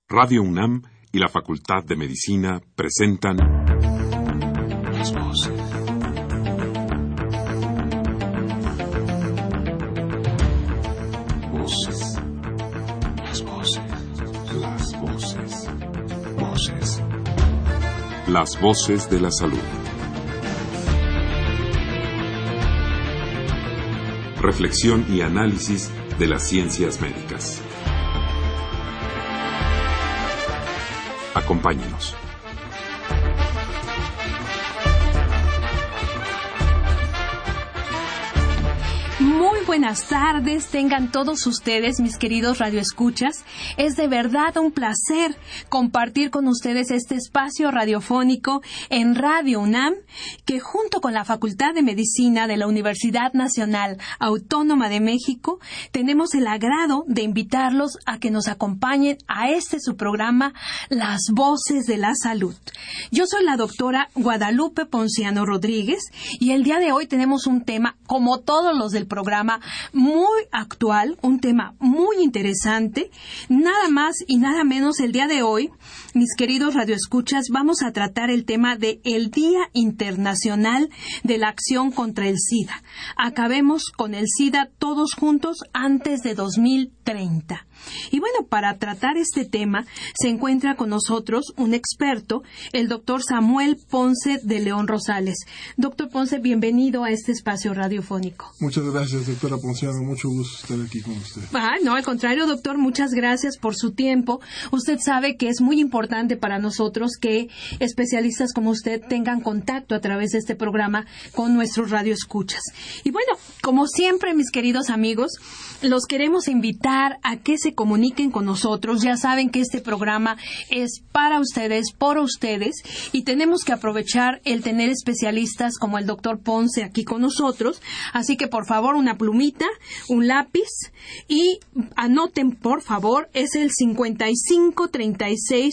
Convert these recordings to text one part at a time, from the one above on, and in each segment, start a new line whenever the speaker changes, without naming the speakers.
Radio UNAM y la Facultad de Medicina presentan Las Voces. Voces. Las voces. Las voces. Voces. Las voces de la salud. Reflexión y análisis de las ciencias médicas. Acompáñenos.
Muy buenas tardes, tengan todos ustedes, mis queridos radioescuchas. Es de verdad un placer compartir con ustedes este espacio radiofónico en Radio UNAM, que junto con la Facultad de Medicina de la Universidad Nacional Autónoma de México, tenemos el agrado de invitarlos a que nos acompañen a su programa, Las Voces de la Salud. Yo soy la doctora Guadalupe Ponciano Rodríguez y el día de hoy tenemos un tema, como todos los del programa, muy actual, un tema muy interesante. Nada más y nada menos, el día de hoy, mis queridos radioescuchas, vamos a tratar el tema de el Día Internacional de la Acción contra el SIDA. Acabemos con el SIDA todos juntos antes de 2030. Y bueno, para tratar este tema se encuentra con nosotros un experto, el doctor Samuel Ponce de León Rosales. Doctor Ponce, bienvenido a este espacio radiofónico.
Muchas gracias, doctora Ponciano. Mucho gusto estar aquí con usted.
No, al contrario, doctor, muchas gracias por su tiempo. Usted sabe que es muy importante para nosotros que especialistas como usted tengan contacto a través de este programa con nuestros radioescuchas. Y bueno, como siempre, mis queridos amigos, los queremos invitar a que se comuniquen con nosotros. Ya saben que este programa es para ustedes, por ustedes, y tenemos que aprovechar el tener especialistas como el doctor Ponce aquí con nosotros. Así que, por favor, una plumita, un lápiz y anoten, por favor, es el 55 36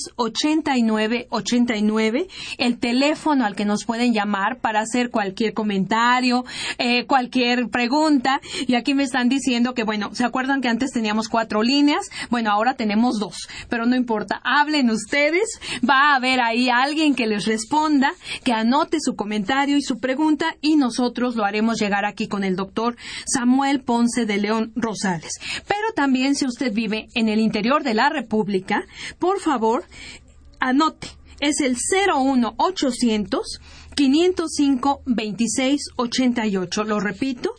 89 89, el teléfono al que nos pueden llamar para hacer cualquier comentario, cualquier pregunta. Y aquí me están diciendo que, bueno, ¿se acuerdan que antes teníamos 4 líneas? Bueno, ahora tenemos 2, pero no importa, hablen ustedes, va a haber ahí alguien que les responda, que anote su comentario y su pregunta y nosotros lo haremos llegar aquí con el doctor Samuel Ponce de León Rosales. Pero también, si usted vive en el interior de la República, por favor, anote, es el 01800 505 26 88. Lo repito,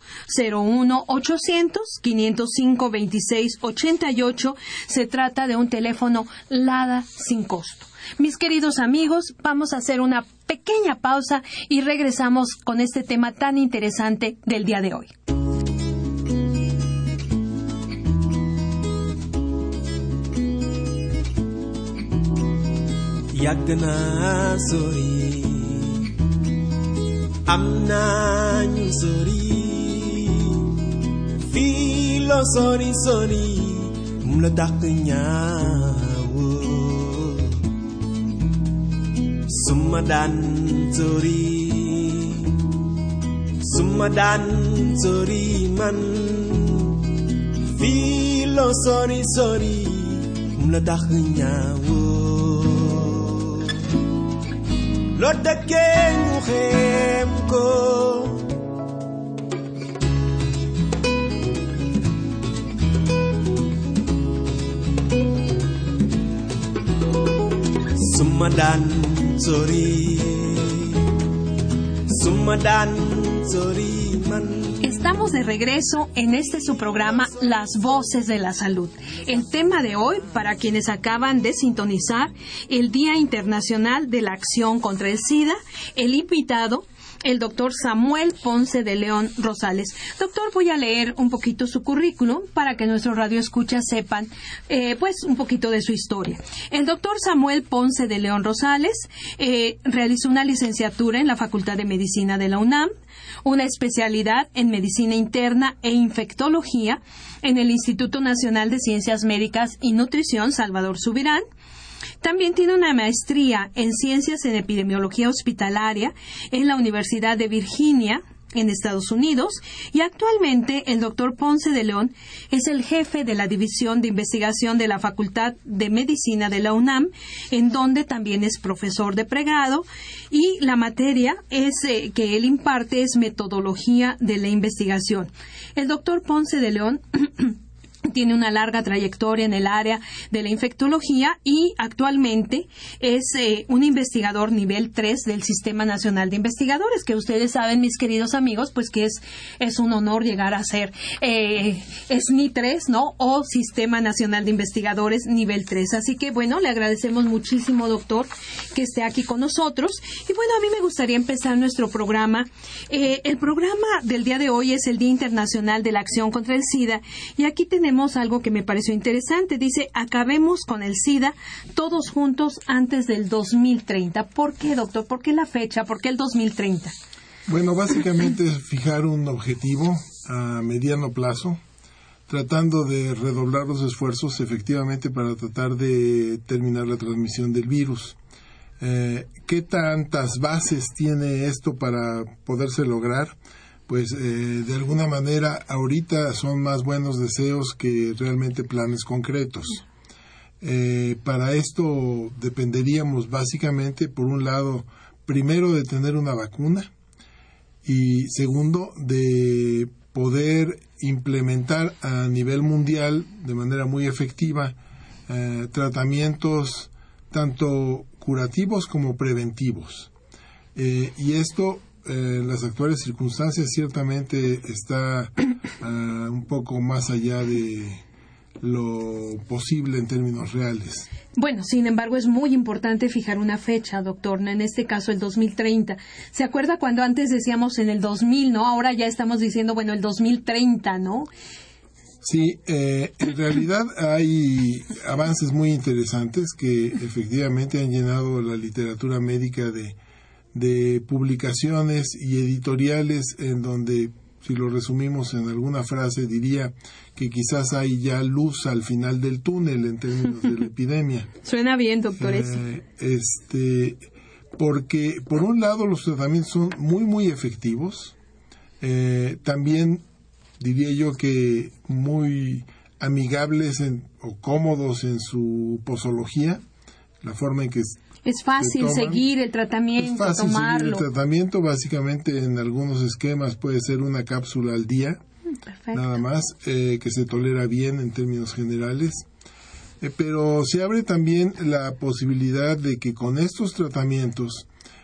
01800 505 26 88. Se trata de un teléfono LADA sin costo. Mis queridos amigos, vamos a hacer una pequeña pausa y regresamos con este tema tan interesante del día de hoy.
Yagna sori amna ñu sori filo sori sori mu la dàq ñaawo suma daan sori man filo sori sori mu la dàq ñaawo lo dëkkee ñu xeem ko suma daan sori man.
Estamos de regreso en su programa Las Voces de la Salud. El tema de hoy, para quienes acaban de sintonizar, el Día Internacional de la Acción contra el SIDA, el invitado, el doctor Samuel Ponce de León Rosales. Doctor, voy a leer un poquito su currículum para que nuestros radioescuchas sepan, un poquito de su historia. El doctor Samuel Ponce de León Rosales realizó una licenciatura en la Facultad de Medicina de la UNAM, una especialidad en Medicina Interna e Infectología en el Instituto Nacional de Ciencias Médicas y Nutrición Salvador Subirán. También tiene una maestría en Ciencias en Epidemiología Hospitalaria en la Universidad de Virginia en Estados Unidos, y actualmente el doctor Ponce de León es el jefe de la División de Investigación de la Facultad de Medicina de la UNAM, en donde también es profesor de pregrado, y la materia que él imparte es metodología de la investigación. El doctor Ponce de León tiene una larga trayectoria en el área de la infectología y actualmente es un investigador nivel 3 del Sistema Nacional de Investigadores, que ustedes saben, mis queridos amigos, pues que es un honor llegar a ser SNI 3, ¿no? O Sistema Nacional de Investigadores nivel 3. Así que, bueno, le agradecemos muchísimo, doctor, que esté aquí con nosotros. Y bueno, a mí me gustaría empezar nuestro programa. El programa del día de hoy es el Día Internacional de la Acción contra el SIDA, y aquí tenemos algo que me pareció interesante. Dice, acabemos con el SIDA todos juntos antes del 2030. ¿Por qué, doctor? ¿Por qué la fecha? ¿Por qué el 2030?
Bueno, básicamente es fijar un objetivo a mediano plazo, tratando de redoblar los esfuerzos efectivamente para tratar de terminar la transmisión del virus. ¿Qué tantas bases tiene esto para poderse lograr? Pues de alguna manera ahorita son más buenos deseos que realmente planes concretos. Para esto dependeríamos básicamente, por un lado, primero de tener una vacuna y segundo, de poder implementar a nivel mundial de manera muy efectiva tratamientos tanto curativos como preventivos. Y esto en las actuales circunstancias ciertamente está un poco más allá de lo posible en términos reales.
Bueno, sin embargo, es muy importante fijar una fecha, doctor, en este caso el 2030. ¿Se acuerda cuando antes decíamos en el 2000, no? Ahora ya estamos diciendo, bueno, el 2030, ¿no?
Sí, en realidad hay avances muy interesantes que efectivamente han llenado la literatura médica de publicaciones y editoriales en donde, si lo resumimos en alguna frase, diría que quizás hay ya luz al final del túnel en términos de la epidemia.
Suena bien, doctor.
Porque por un lado los tratamientos son muy, muy efectivos, también diría yo que muy amigables o cómodos en su posología, la forma en que
es fácil seguir el tratamiento,
es fácil
tomarlo.
Seguir el tratamiento, básicamente en algunos esquemas puede ser una cápsula al día, nada más, que se tolera bien en términos generales. Pero se abre también la posibilidad de que con estos tratamientos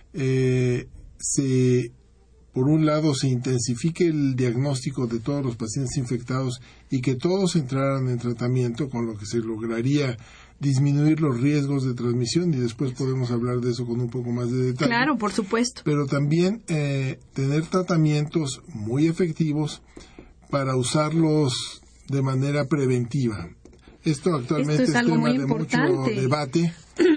por un lado se intensifique el diagnóstico de todos los pacientes infectados y que todos entraran en tratamiento, con lo que se lograría disminuir los riesgos de transmisión, y después podemos hablar de eso con un poco más de detalle.
Claro, por supuesto.
Pero también tener tratamientos muy efectivos para usarlos de manera preventiva. Esto actualmente es tema de mucho debate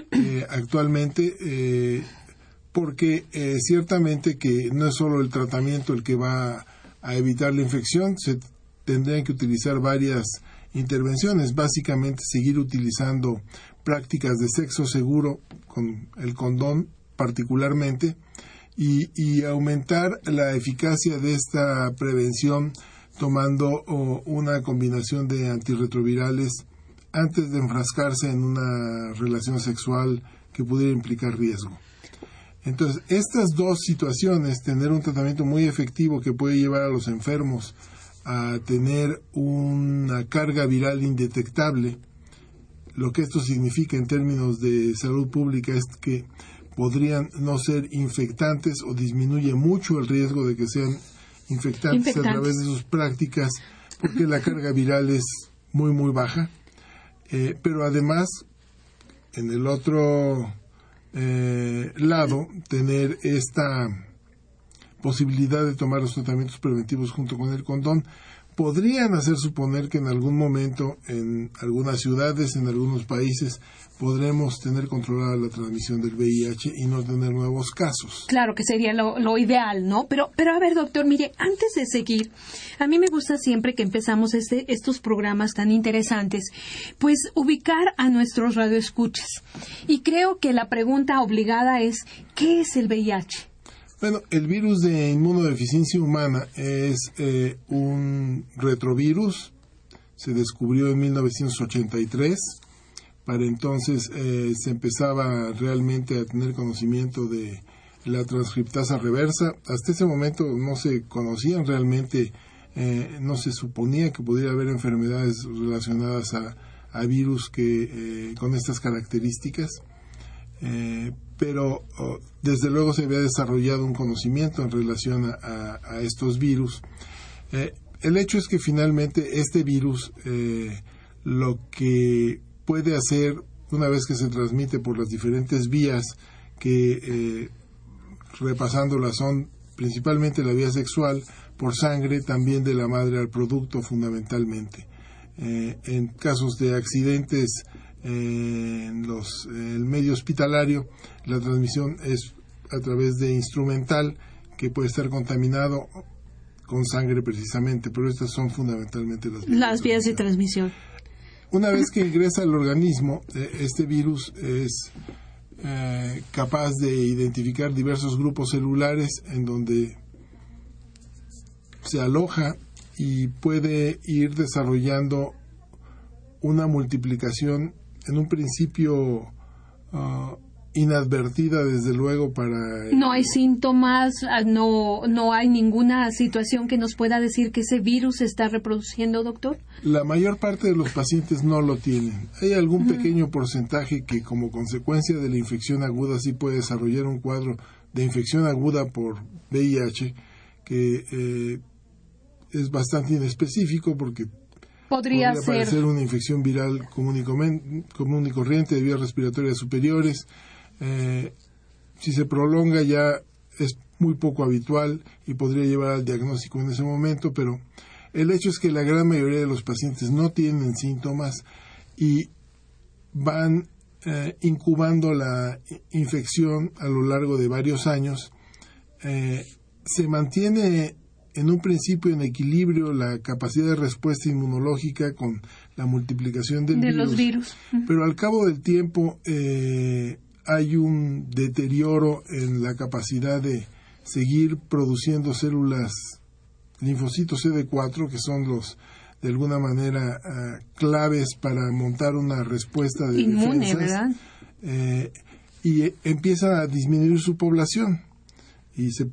actualmente, porque ciertamente que no es solo el tratamiento el que va a evitar la infección, se tendrían que utilizar varias intervenciones, básicamente seguir utilizando prácticas de sexo seguro, con el condón particularmente, y aumentar la eficacia de esta prevención tomando una combinación de antirretrovirales antes de enfrascarse en una relación sexual que pudiera implicar riesgo. Entonces, estas dos situaciones, tener un tratamiento muy efectivo que puede llevar a los enfermos a tener una carga viral indetectable, lo que esto significa en términos de salud pública es que podrían no ser infectantes o disminuye mucho el riesgo de que sean infectantes a través de sus prácticas, porque la carga viral es muy, muy baja. Pero además, en el otro lado, tener esta posibilidad de tomar los tratamientos preventivos junto con el condón podrían hacer suponer que en algún momento en algunas ciudades, en algunos países, podremos tener controlada la transmisión del VIH y no tener nuevos casos.
Claro que sería lo ideal, ¿no? Pero a ver, doctor, mire, antes de seguir, a mí me gusta siempre que empezamos estos programas tan interesantes, pues ubicar a nuestros radioescuchas. Y creo que la pregunta obligada es, ¿qué es el VIH?
Bueno, el virus de inmunodeficiencia humana es un retrovirus. Se descubrió en 1983. Para entonces se empezaba realmente a tener conocimiento de la transcriptasa reversa. Hasta ese momento no se conocían realmente, no se suponía que pudiera haber enfermedades relacionadas a virus que con estas características. Pero desde luego se había desarrollado un conocimiento en relación a estos virus. El hecho es que finalmente este virus lo que puede hacer, una vez que se transmite por las diferentes vías que repasándolas son principalmente la vía sexual, por sangre, también de la madre al producto fundamentalmente. En casos de accidentes en el medio hospitalario, la transmisión es a través de instrumental que puede estar contaminado con sangre precisamente, pero estas son fundamentalmente las vías de transmisión. Una vez que ingresa al organismo, este virus es capaz de identificar diversos grupos celulares en donde se aloja y puede ir desarrollando una multiplicación en un principio inadvertida, desde luego, para...
No hay síntomas, no hay ninguna situación que nos pueda decir que ese virus se está reproduciendo, doctor.
La mayor parte de los pacientes no lo tienen. Hay algún pequeño porcentaje que como consecuencia de la infección aguda sí puede desarrollar un cuadro de infección aguda por VIH que es bastante inespecífico porque podría parecer una infección viral común y corriente de vías respiratorias superiores. Si se prolonga ya es muy poco habitual y podría llevar al diagnóstico en ese momento, pero el hecho es que la gran mayoría de los pacientes no tienen síntomas y van incubando la infección a lo largo de varios años. Se mantiene en un principio en equilibrio la capacidad de respuesta inmunológica con la multiplicación de los virus, pero al cabo del tiempo hay un deterioro en la capacidad de seguir produciendo células linfocitos CD4, que son los de alguna manera claves para montar una respuesta de inmune, defensas, ¿verdad? Y empieza a disminuir su población y se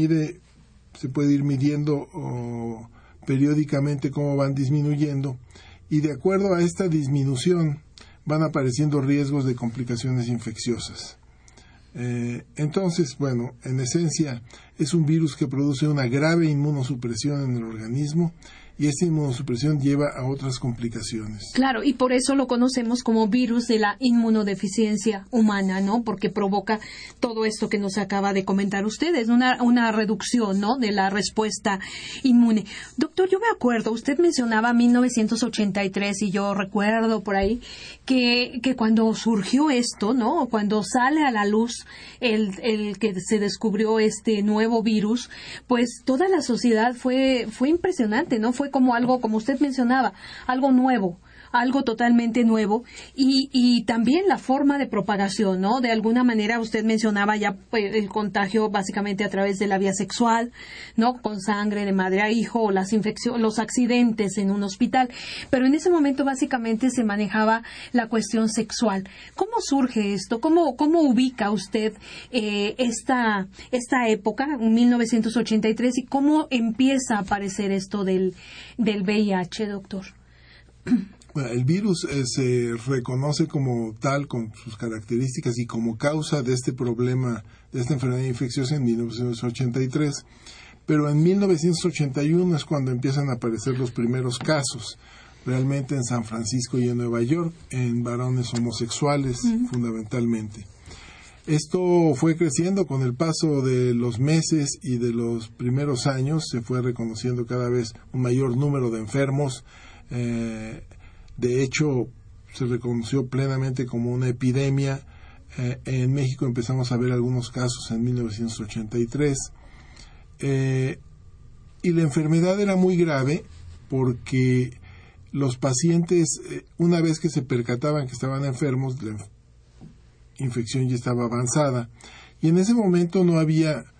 puede ir midiendo periódicamente cómo van disminuyendo, y de acuerdo a esta disminución van apareciendo riesgos de complicaciones infecciosas. Entonces, bueno, en esencia es un virus que produce una grave inmunosupresión en el organismo y esta inmunosupresión lleva a otras complicaciones.
Claro, y por eso lo conocemos como virus de la inmunodeficiencia humana, ¿no? Porque provoca todo esto que nos acaba de comentar ustedes, una reducción, ¿no?, de la respuesta inmune. Doctor, yo me acuerdo, usted mencionaba 1983 y yo recuerdo por ahí que cuando surgió esto, ¿no?, cuando sale a la luz el que se descubrió este nuevo virus, pues toda la sociedad fue impresionante, ¿no? Fue como algo, como usted mencionaba, algo nuevo, algo totalmente nuevo, y también la forma de propagación, ¿no? De alguna manera usted mencionaba ya el contagio básicamente a través de la vía sexual, ¿no? Con sangre de madre a hijo, o las infecciones, los accidentes en un hospital, pero en ese momento básicamente se manejaba la cuestión sexual. ¿Cómo surge esto? ¿Cómo ubica usted esta época, 1983, y cómo empieza a aparecer esto del VIH, doctor?
Bueno, el virus se reconoce como tal, con sus características y como causa de este problema, de esta enfermedad infecciosa, en 1983, pero en 1981 es cuando empiezan a aparecer los primeros casos, realmente en San Francisco y en Nueva York, en varones homosexuales fundamentalmente. Esto fue creciendo con el paso de los meses y de los primeros años, se fue reconociendo cada vez un mayor número de enfermos. De hecho, se reconoció plenamente como una epidemia. En México empezamos a ver algunos casos en 1983. Y la enfermedad era muy grave porque los pacientes, una vez que se percataban que estaban enfermos, la infección ya estaba avanzada. Y en ese momento no había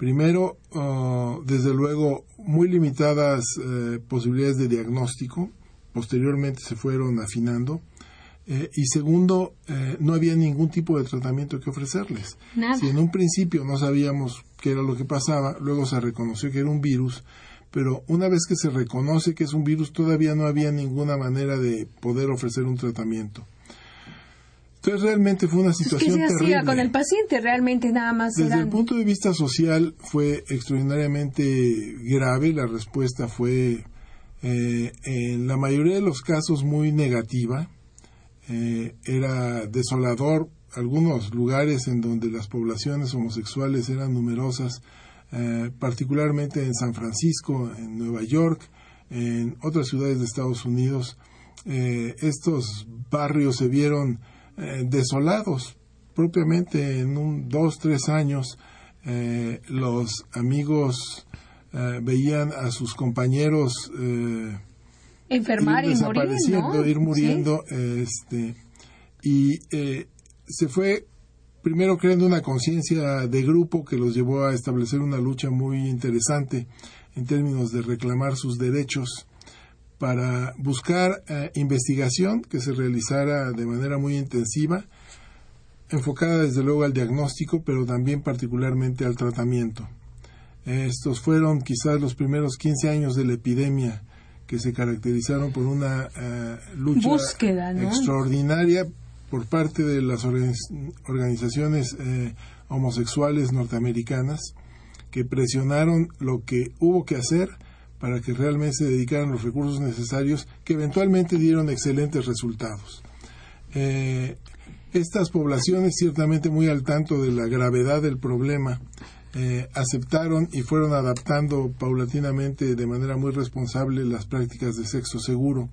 Primero, desde luego, muy limitadas posibilidades de diagnóstico, posteriormente se fueron afinando, y segundo, no había ningún tipo de tratamiento que ofrecerles.
Nada.
Si en un principio no sabíamos qué era lo que pasaba, luego se reconoció que era un virus, pero una vez que se reconoce que es un virus, todavía no había ninguna manera de poder ofrecer un tratamiento. Entonces realmente fue una situación terrible.
¿Qué se hacía con el paciente? Realmente nada más
Desde el punto de vista social fue extraordinariamente grave. La respuesta fue en la mayoría de los casos muy negativa. Era desolador. Algunos lugares en donde las poblaciones homosexuales eran numerosas, particularmente en San Francisco, en Nueva York, en otras ciudades de Estados Unidos, estos barrios se vieron desolados. Propiamente en 2-3 años los amigos veían a sus compañeros
enfermar
ir
y morir, ¿no?
ir muriendo,
sí.
Y se fue primero creando una conciencia de grupo que los llevó a establecer una lucha muy interesante en términos de reclamar sus derechos, para buscar investigación que se realizara de manera muy intensiva, enfocada desde luego al diagnóstico, pero también particularmente al tratamiento. Estos fueron quizás los primeros 15 años de la epidemia, que se caracterizaron por una lucha
búsqueda, ¿no?,
extraordinaria por parte de las organizaciones homosexuales norteamericanas, que presionaron lo que hubo que hacer para que realmente se dedicaran los recursos necesarios, que eventualmente dieron excelentes resultados. Estas poblaciones, ciertamente muy al tanto de la gravedad del problema, aceptaron y fueron adaptando paulatinamente de manera muy responsable las prácticas de sexo seguro,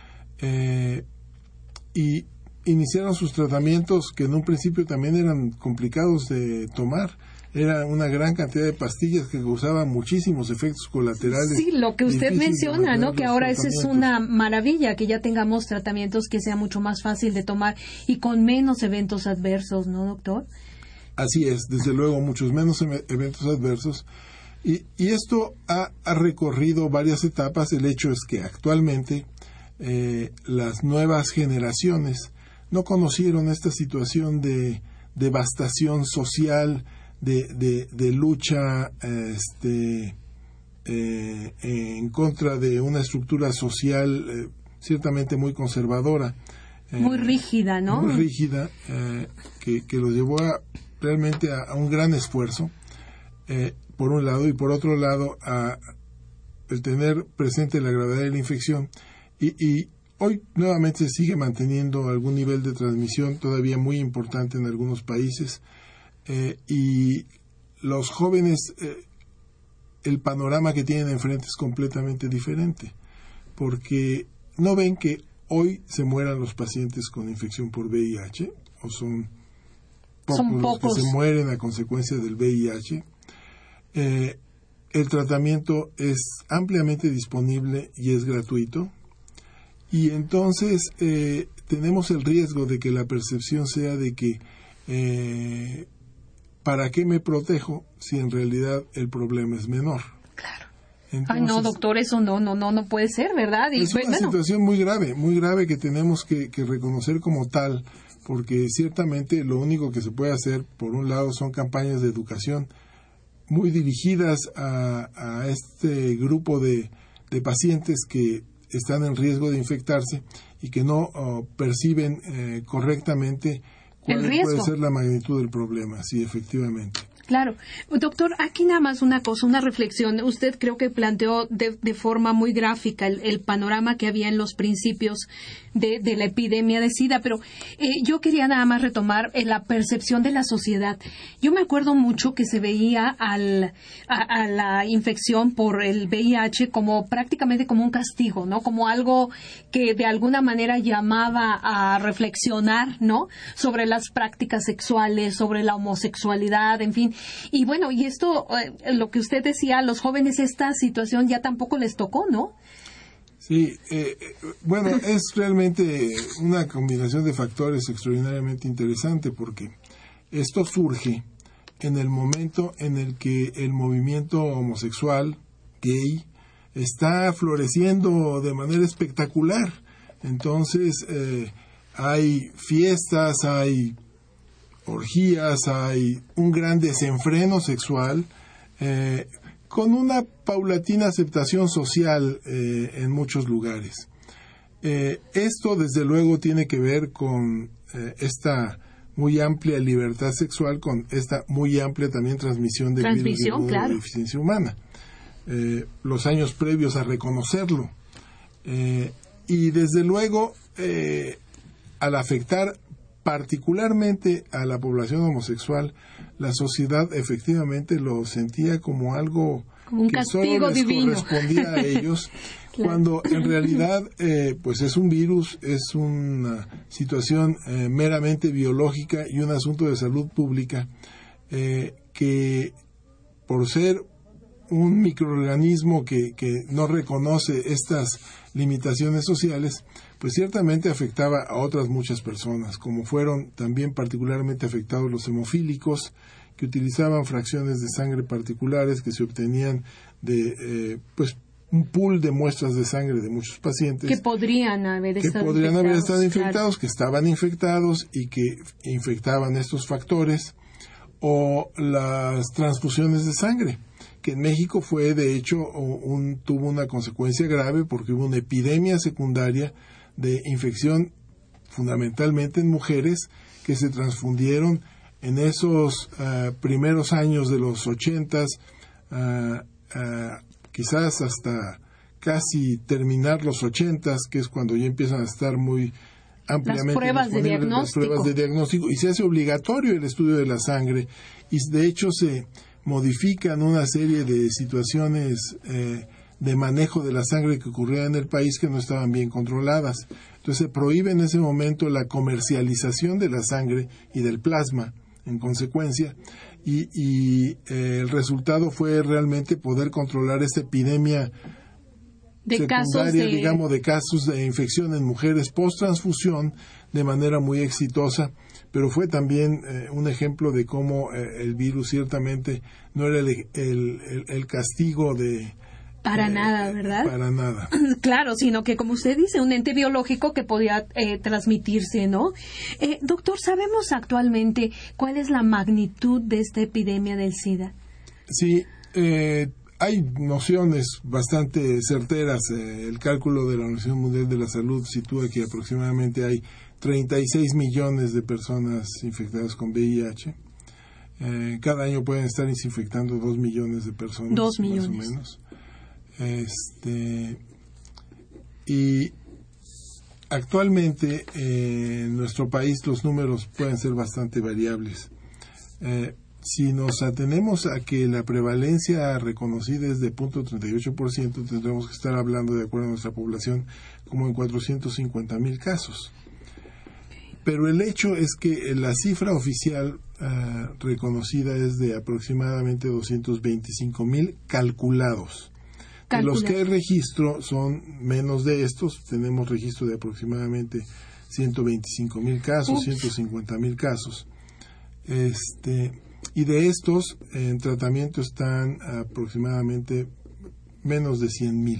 y iniciaron sus tratamientos, que en un principio también eran complicados de tomar. Era una gran cantidad de pastillas que causaban muchísimos efectos colaterales.
Sí, lo que usted menciona, ¿no? Que ahora esa es una maravilla, que ya tengamos tratamientos que sea mucho más fácil de tomar y con menos eventos adversos, ¿no, doctor?
Así es, desde luego, muchos menos eventos adversos. Y esto ha recorrido varias etapas. El hecho es que actualmente las nuevas generaciones no conocieron esta situación de devastación social, de lucha en contra de una estructura social ciertamente muy conservadora,
muy rígida, ¿no?
Muy rígida, que los llevó realmente a un gran esfuerzo, por un lado, y por otro lado a el tener presente la gravedad de la infección, y hoy nuevamente se sigue manteniendo algún nivel de transmisión todavía muy importante en algunos países. Y los jóvenes, el panorama que tienen enfrente es completamente diferente, porque no ven que hoy se mueran los pacientes con infección por VIH, o son pocos los que se mueren a consecuencia del VIH. El tratamiento es ampliamente disponible y es gratuito, y entonces tenemos el riesgo de que la percepción sea de que ¿para qué me protejo si en realidad el problema es menor?
Claro.
Entonces,
ay, no, doctor, eso no puede ser, ¿verdad? Y
es una situación muy grave que tenemos que reconocer como tal, porque ciertamente lo único que se puede hacer, por un lado, son campañas de educación muy dirigidas a este grupo de pacientes que están en riesgo de infectarse y que no perciben correctamente cuál puede ser la magnitud del problema. Sí, efectivamente.
Claro. Doctor, aquí nada más una cosa, una reflexión. Usted creo que planteó de forma muy gráfica el panorama que había en los principios de la epidemia de SIDA, pero yo quería nada más retomar la percepción de la sociedad. Yo me acuerdo mucho que se veía a la infección por el VIH como prácticamente como un castigo, ¿no? Como algo que de alguna manera llamaba a reflexionar, ¿no? Sobre las prácticas sexuales, sobre la homosexualidad, en fin. Y bueno, y esto, lo que usted decía, a los jóvenes esta situación ya tampoco les tocó, ¿no?
Sí, bueno, es realmente una combinación de factores extraordinariamente interesante, porque esto surge en el momento en el que el movimiento homosexual, gay, está floreciendo de manera espectacular. Entonces, hay fiestas, hay orgías, hay un gran desenfreno sexual, con una paulatina aceptación social en muchos lugares. Esto, desde luego, tiene que ver con esta muy amplia libertad sexual, con esta muy amplia también transmisión de virus de inmunodeficiencia humana. Los años previos a reconocerlo. Y desde luego, al afectar particularmente a la población homosexual, la sociedad efectivamente lo sentía como algo
como
que solo les
divino.
correspondía a ellos, claro. Cuando en realidad pues es un virus, es una situación meramente biológica y un asunto de salud pública que por ser un microorganismo que no reconoce estas limitaciones sociales, pues ciertamente afectaba a otras muchas personas, como fueron también particularmente afectados los hemofílicos, que utilizaban fracciones de sangre particulares que se obtenían de pues un pool de muestras de sangre de muchos pacientes
que podrían haber estado
infectados,
claro.
Que estaban infectados y que infectaban estos factores, o las transfusiones de sangre, que en México fue de hecho tuvo una consecuencia grave porque hubo una epidemia secundaria de infección fundamentalmente en mujeres que se transfundieron en esos primeros años de los 80s, quizás hasta casi terminar los 80s, que es cuando ya empiezan a estar muy ampliamente
las pruebas de
diagnóstico, y se hace obligatorio el estudio de la sangre, y de hecho se modifican una serie de situaciones de manejo de la sangre que ocurrían en el país que no estaban bien controladas. Entonces se prohíbe en ese momento la comercialización de la sangre y del plasma en consecuencia, y el resultado fue realmente poder controlar esta epidemia secundaria, de casos de infección en mujeres post-transfusión de manera muy exitosa, pero fue también un ejemplo de cómo el virus ciertamente no era el castigo de...
Para nada, ¿verdad?
Para nada.
Claro, sino que, como usted dice, un ente biológico que podía transmitirse, ¿no? Doctor, ¿sabemos actualmente cuál es la magnitud de esta epidemia del SIDA?
Sí, hay nociones bastante certeras. El cálculo de la Organización Mundial de la Salud sitúa que aproximadamente hay 36 millones de personas infectadas con VIH. Cada año pueden estar infectando 2 millones de personas.
2 millones.
Más o menos. Y actualmente en nuestro país los números pueden ser bastante variables. Si nos atenemos a que la prevalencia reconocida es de 0.38%, tendremos que estar hablando, de acuerdo a nuestra población, como en 450,000 casos. Pero el hecho es que la cifra oficial reconocida es de aproximadamente 225,000 calculados. De los que hay registro son menos de estos. Tenemos registro de aproximadamente 125,000 casos, 150,000 casos. Y de estos, en tratamiento están aproximadamente menos de 100,000.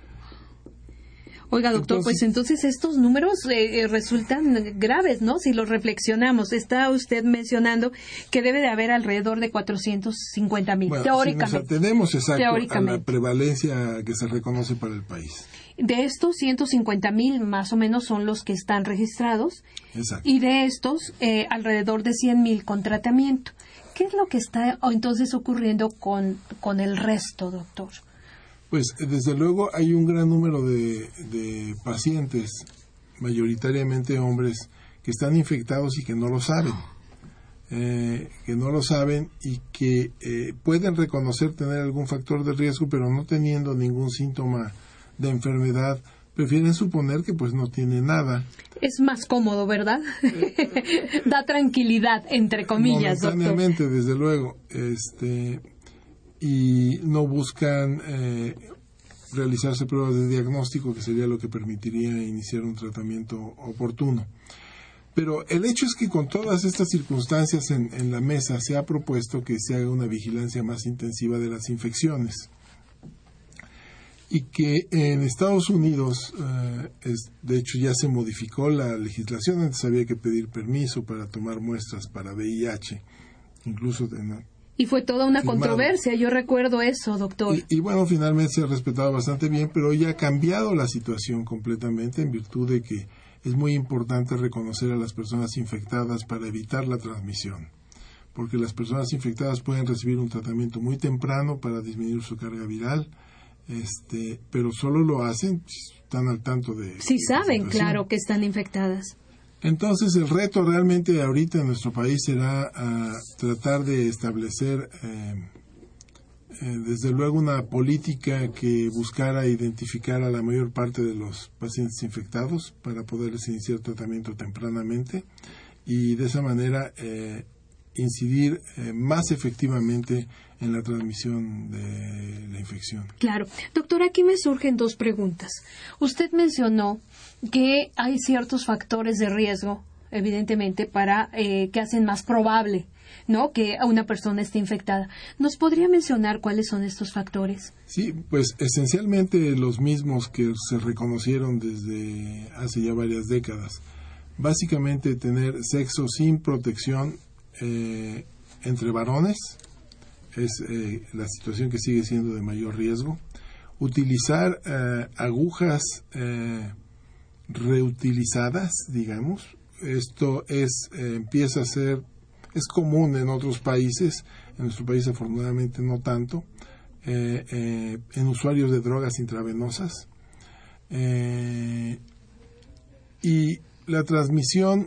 Oiga, doctor, pues entonces estos números resultan graves, ¿no? Si los reflexionamos. Está usted mencionando que debe de haber alrededor de 450,000,
bueno,
teóricamente.
Si nos atenemos a la prevalencia que se reconoce para el país.
De estos 150,000 más o menos son los que están registrados.
Exacto.
Y de estos alrededor de 100,000 con tratamiento. ¿Qué es lo que está entonces ocurriendo con el resto, doctor?
Pues desde luego hay un gran número de pacientes, mayoritariamente hombres, que están infectados y que no lo saben. Y que pueden reconocer tener algún factor de riesgo, pero no teniendo ningún síntoma de enfermedad, prefieren suponer que pues no tiene nada.
Es más cómodo, ¿verdad? Da tranquilidad, entre comillas, doctor.
Momentáneamente, desde luego. Y no buscan realizarse pruebas de diagnóstico, que sería lo que permitiría iniciar un tratamiento oportuno. Pero el hecho es que con todas estas circunstancias en la mesa se ha propuesto que se haga una vigilancia más intensiva de las infecciones. Y que en Estados Unidos, de hecho, ya se modificó la legislación. Antes había que pedir permiso para tomar muestras para VIH, incluso
y fue toda una controversia, yo recuerdo eso, doctor.
Y bueno, finalmente se ha respetado bastante bien, pero ya ha cambiado la situación completamente en virtud de que es muy importante reconocer a las personas infectadas para evitar la transmisión, porque las personas infectadas pueden recibir un tratamiento muy temprano para disminuir su carga viral, pero solo lo hacen si están al tanto de...
Si saben, claro, que están infectadas.
Entonces, el reto realmente ahorita en nuestro país será tratar de establecer, desde luego, una política que buscara identificar a la mayor parte de los pacientes infectados para poderles iniciar tratamiento tempranamente y de esa manera incidir más efectivamente en la transmisión de la infección.
Claro. Doctor, aquí me surgen dos preguntas. Usted mencionó que hay ciertos factores de riesgo, evidentemente, para que hacen más probable, ¿no?, que una persona esté infectada. ¿Nos podría mencionar cuáles son estos factores?
Sí, pues esencialmente los mismos que se reconocieron desde hace ya varias décadas. Básicamente tener sexo sin protección entre varones es la situación que sigue siendo de mayor riesgo. Utilizar agujas reutilizadas, digamos. Esto empieza a ser, es común en otros países, en nuestro país afortunadamente no tanto, en usuarios de drogas intravenosas. Y la transmisión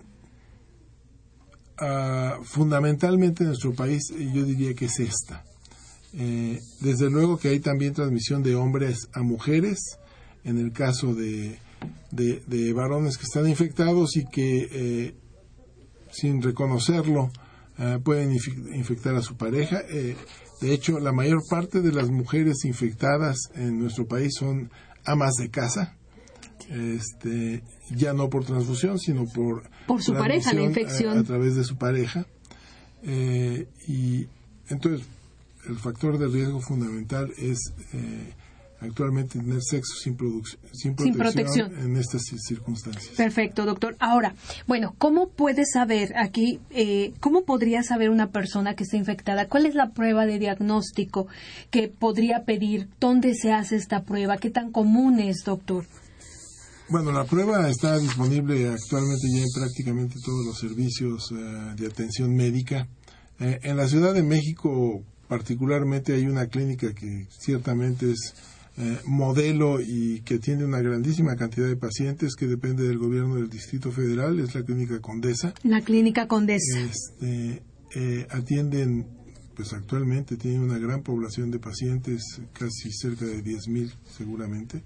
fundamentalmente en nuestro país, yo diría que es esta. Desde luego que hay también transmisión de hombres a mujeres, en el caso de varones que están infectados y que sin reconocerlo pueden infectar a su pareja. De hecho, la mayor parte de las mujeres infectadas en nuestro país son amas de casa, ya no por transfusión, sino por
su pareja, la infección
a través de su pareja. Y entonces el factor de riesgo fundamental es actualmente tener sexo sin protección en estas circunstancias.
Perfecto, doctor. Ahora, bueno, ¿cómo puede saber aquí, cómo podría saber una persona que está infectada? ¿Cuál es la prueba de diagnóstico que podría pedir? ¿Dónde se hace esta prueba? ¿Qué tan común es, doctor?
Bueno, la prueba está disponible actualmente ya en prácticamente todos los servicios de atención médica. En la Ciudad de México particularmente hay una clínica que ciertamente es modelo y que atiende una grandísima cantidad de pacientes, que depende del gobierno del Distrito Federal, es la Clínica Condesa.
La Clínica Condesa.
Atienden, pues actualmente tienen una gran población de pacientes, casi cerca de 10,000 seguramente.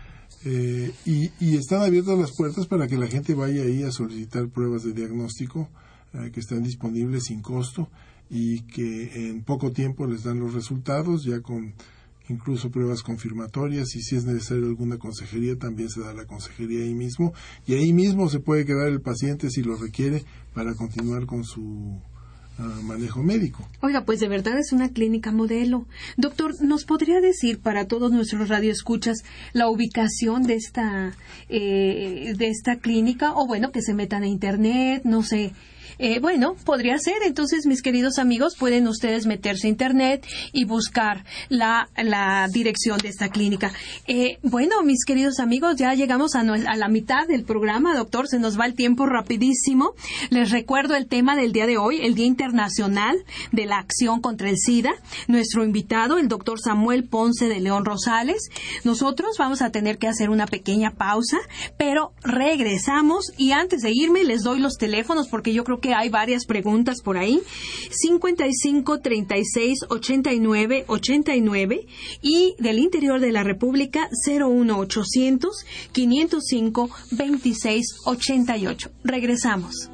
Y están abiertas las puertas para que la gente vaya ahí a solicitar pruebas de diagnóstico que están disponibles sin costo y que en poco tiempo les dan los resultados, ya con incluso pruebas confirmatorias, y si es necesario alguna consejería, también se da la consejería ahí mismo, y ahí mismo se puede quedar el paciente si lo requiere para continuar con su manejo médico.
Oiga, pues de verdad es una clínica modelo. Doctor, ¿nos podría decir para todos nuestros radioescuchas la ubicación de esta clínica? O bueno, que se metan a internet, no sé. Bueno, podría ser. Entonces, mis queridos amigos, pueden ustedes meterse a internet y buscar la dirección de esta clínica. Bueno, mis queridos amigos, ya llegamos a la mitad del programa, doctor. Se nos va el tiempo rapidísimo. Les recuerdo el tema del día de hoy, el Día Internacional de la Acción contra el SIDA. Nuestro invitado, el doctor Samuel Ponce de León Rosales. Nosotros vamos a tener que hacer una pequeña pausa, pero regresamos, y antes de irme les doy los teléfonos porque yo creo que hay varias preguntas por ahí. 55 36 89 89 y del interior de la República 01 800 505 26 88. Regresamos.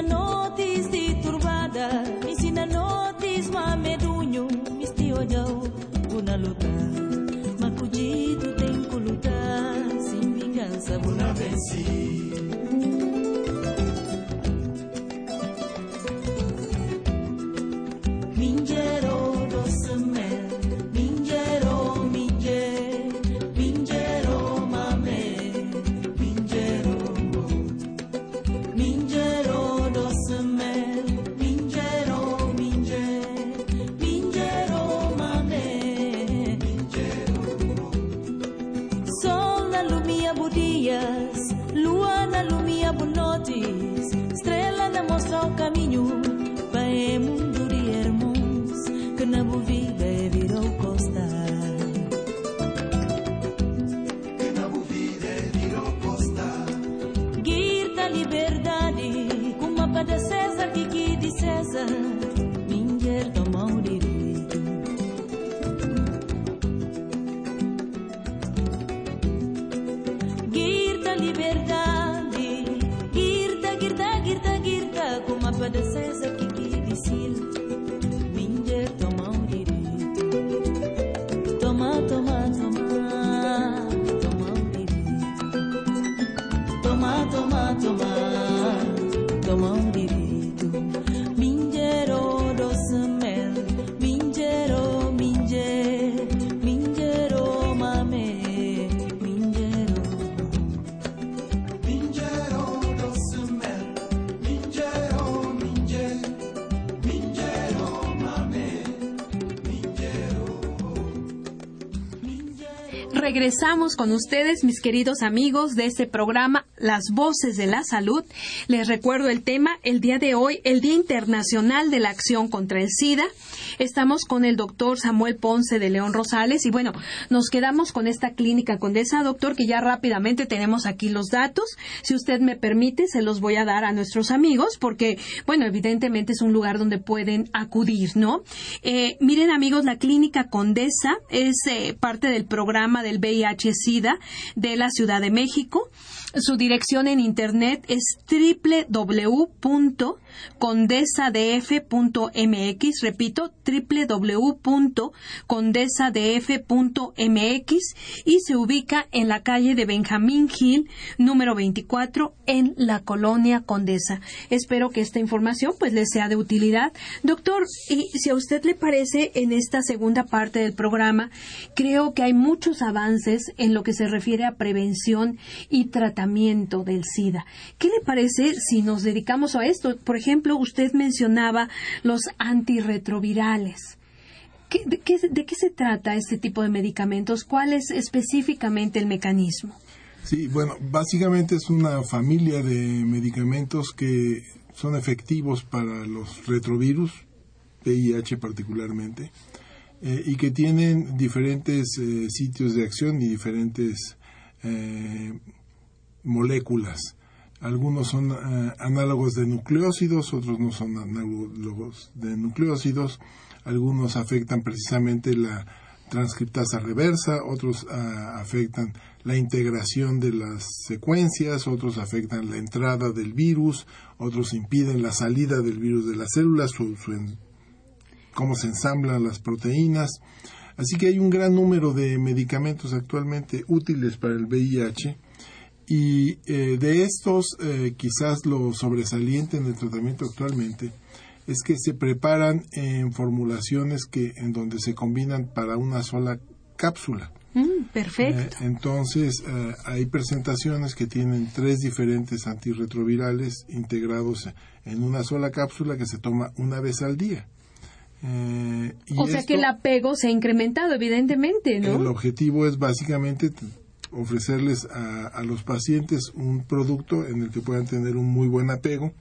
ensina notis de turbada, me ensina notis mamedunho, me estiojau, una luta, macudido tem que lutar, sem vingança, una venci. Minjero doce mel, minjero minje, minjero mame, minjero, minjero doce mel, minjero minje, minjero mame, minjero. Sol na lumia budias, lua na lumia bunotis, estrela na mostra o caminho, vai mundo de hermoso. Que na vida virou costa. Que na vida virou costa. Guirda liberdade, com mapa de César, que de César, minha toma o direito. Guirda liberdade, guirda, guirda, guirda, guirda, com mapa de César, que de César. Toma, toma, toma, toma o direito. Toma, toma, toma, toma o direito. Minjero doce mel, minjero, minje, minjero mame, minjero. Minjero doce mel, minjero, minje, minjero mame, minjero.
Regresamos con ustedes, mis queridos amigos de este programa Las Voces de la Salud. Les recuerdo el tema, el día de hoy, el Día Internacional de la Acción contra el SIDA. Estamos con el doctor Samuel Ponce de León Rosales y bueno, nos quedamos con esta clínica Condesa, doctor, que ya rápidamente tenemos aquí los datos. Si usted me permite, se los voy a dar a nuestros amigos porque, bueno, evidentemente es un lugar donde pueden acudir, ¿no? Miren, amigos, la clínica Condesa es parte del programa del VIH-Sida de la Ciudad de México. Su dirección en internet es www.condesadf.mx, repito, www.condesadf.mx y se ubica en la calle de Benjamín Gil, número 24, en la colonia Condesa. Espero que esta información pues les sea de utilidad. Doctor, y si a usted le parece, en esta segunda parte del programa, creo que hay muchos avances en lo que se refiere a prevención y tratamiento del SIDA. ¿Qué le parece si nos dedicamos a esto? Por ejemplo, usted mencionaba los antirretrovirales. ¿De qué se trata este tipo de medicamentos? ¿Cuál es específicamente el mecanismo?
Sí, bueno, básicamente es una familia de medicamentos que son efectivos para los retrovirus, VIH particularmente, y que tienen diferentes sitios de acción y diferentes moléculas. Algunos son análogos de nucleósidos, otros no son análogos de nucleósidos. Algunos afectan precisamente la transcriptasa reversa, otros afectan la integración de las secuencias, otros afectan la entrada del virus, otros impiden la salida del virus de las células, cómo se ensamblan las proteínas. Así que hay un gran número de medicamentos actualmente útiles para el VIH. Y de estos, quizás lo sobresaliente en el tratamiento actualmente es que se preparan en formulaciones en donde se combinan para una sola cápsula.
Perfecto.
Entonces, hay presentaciones que tienen 3 diferentes antirretrovirales integrados en una sola cápsula que se toma una vez al día.
O sea que el apego se ha incrementado, evidentemente, ¿no?
El objetivo es básicamente ofrecerles a los pacientes un producto en el que puedan tener un muy buen apego.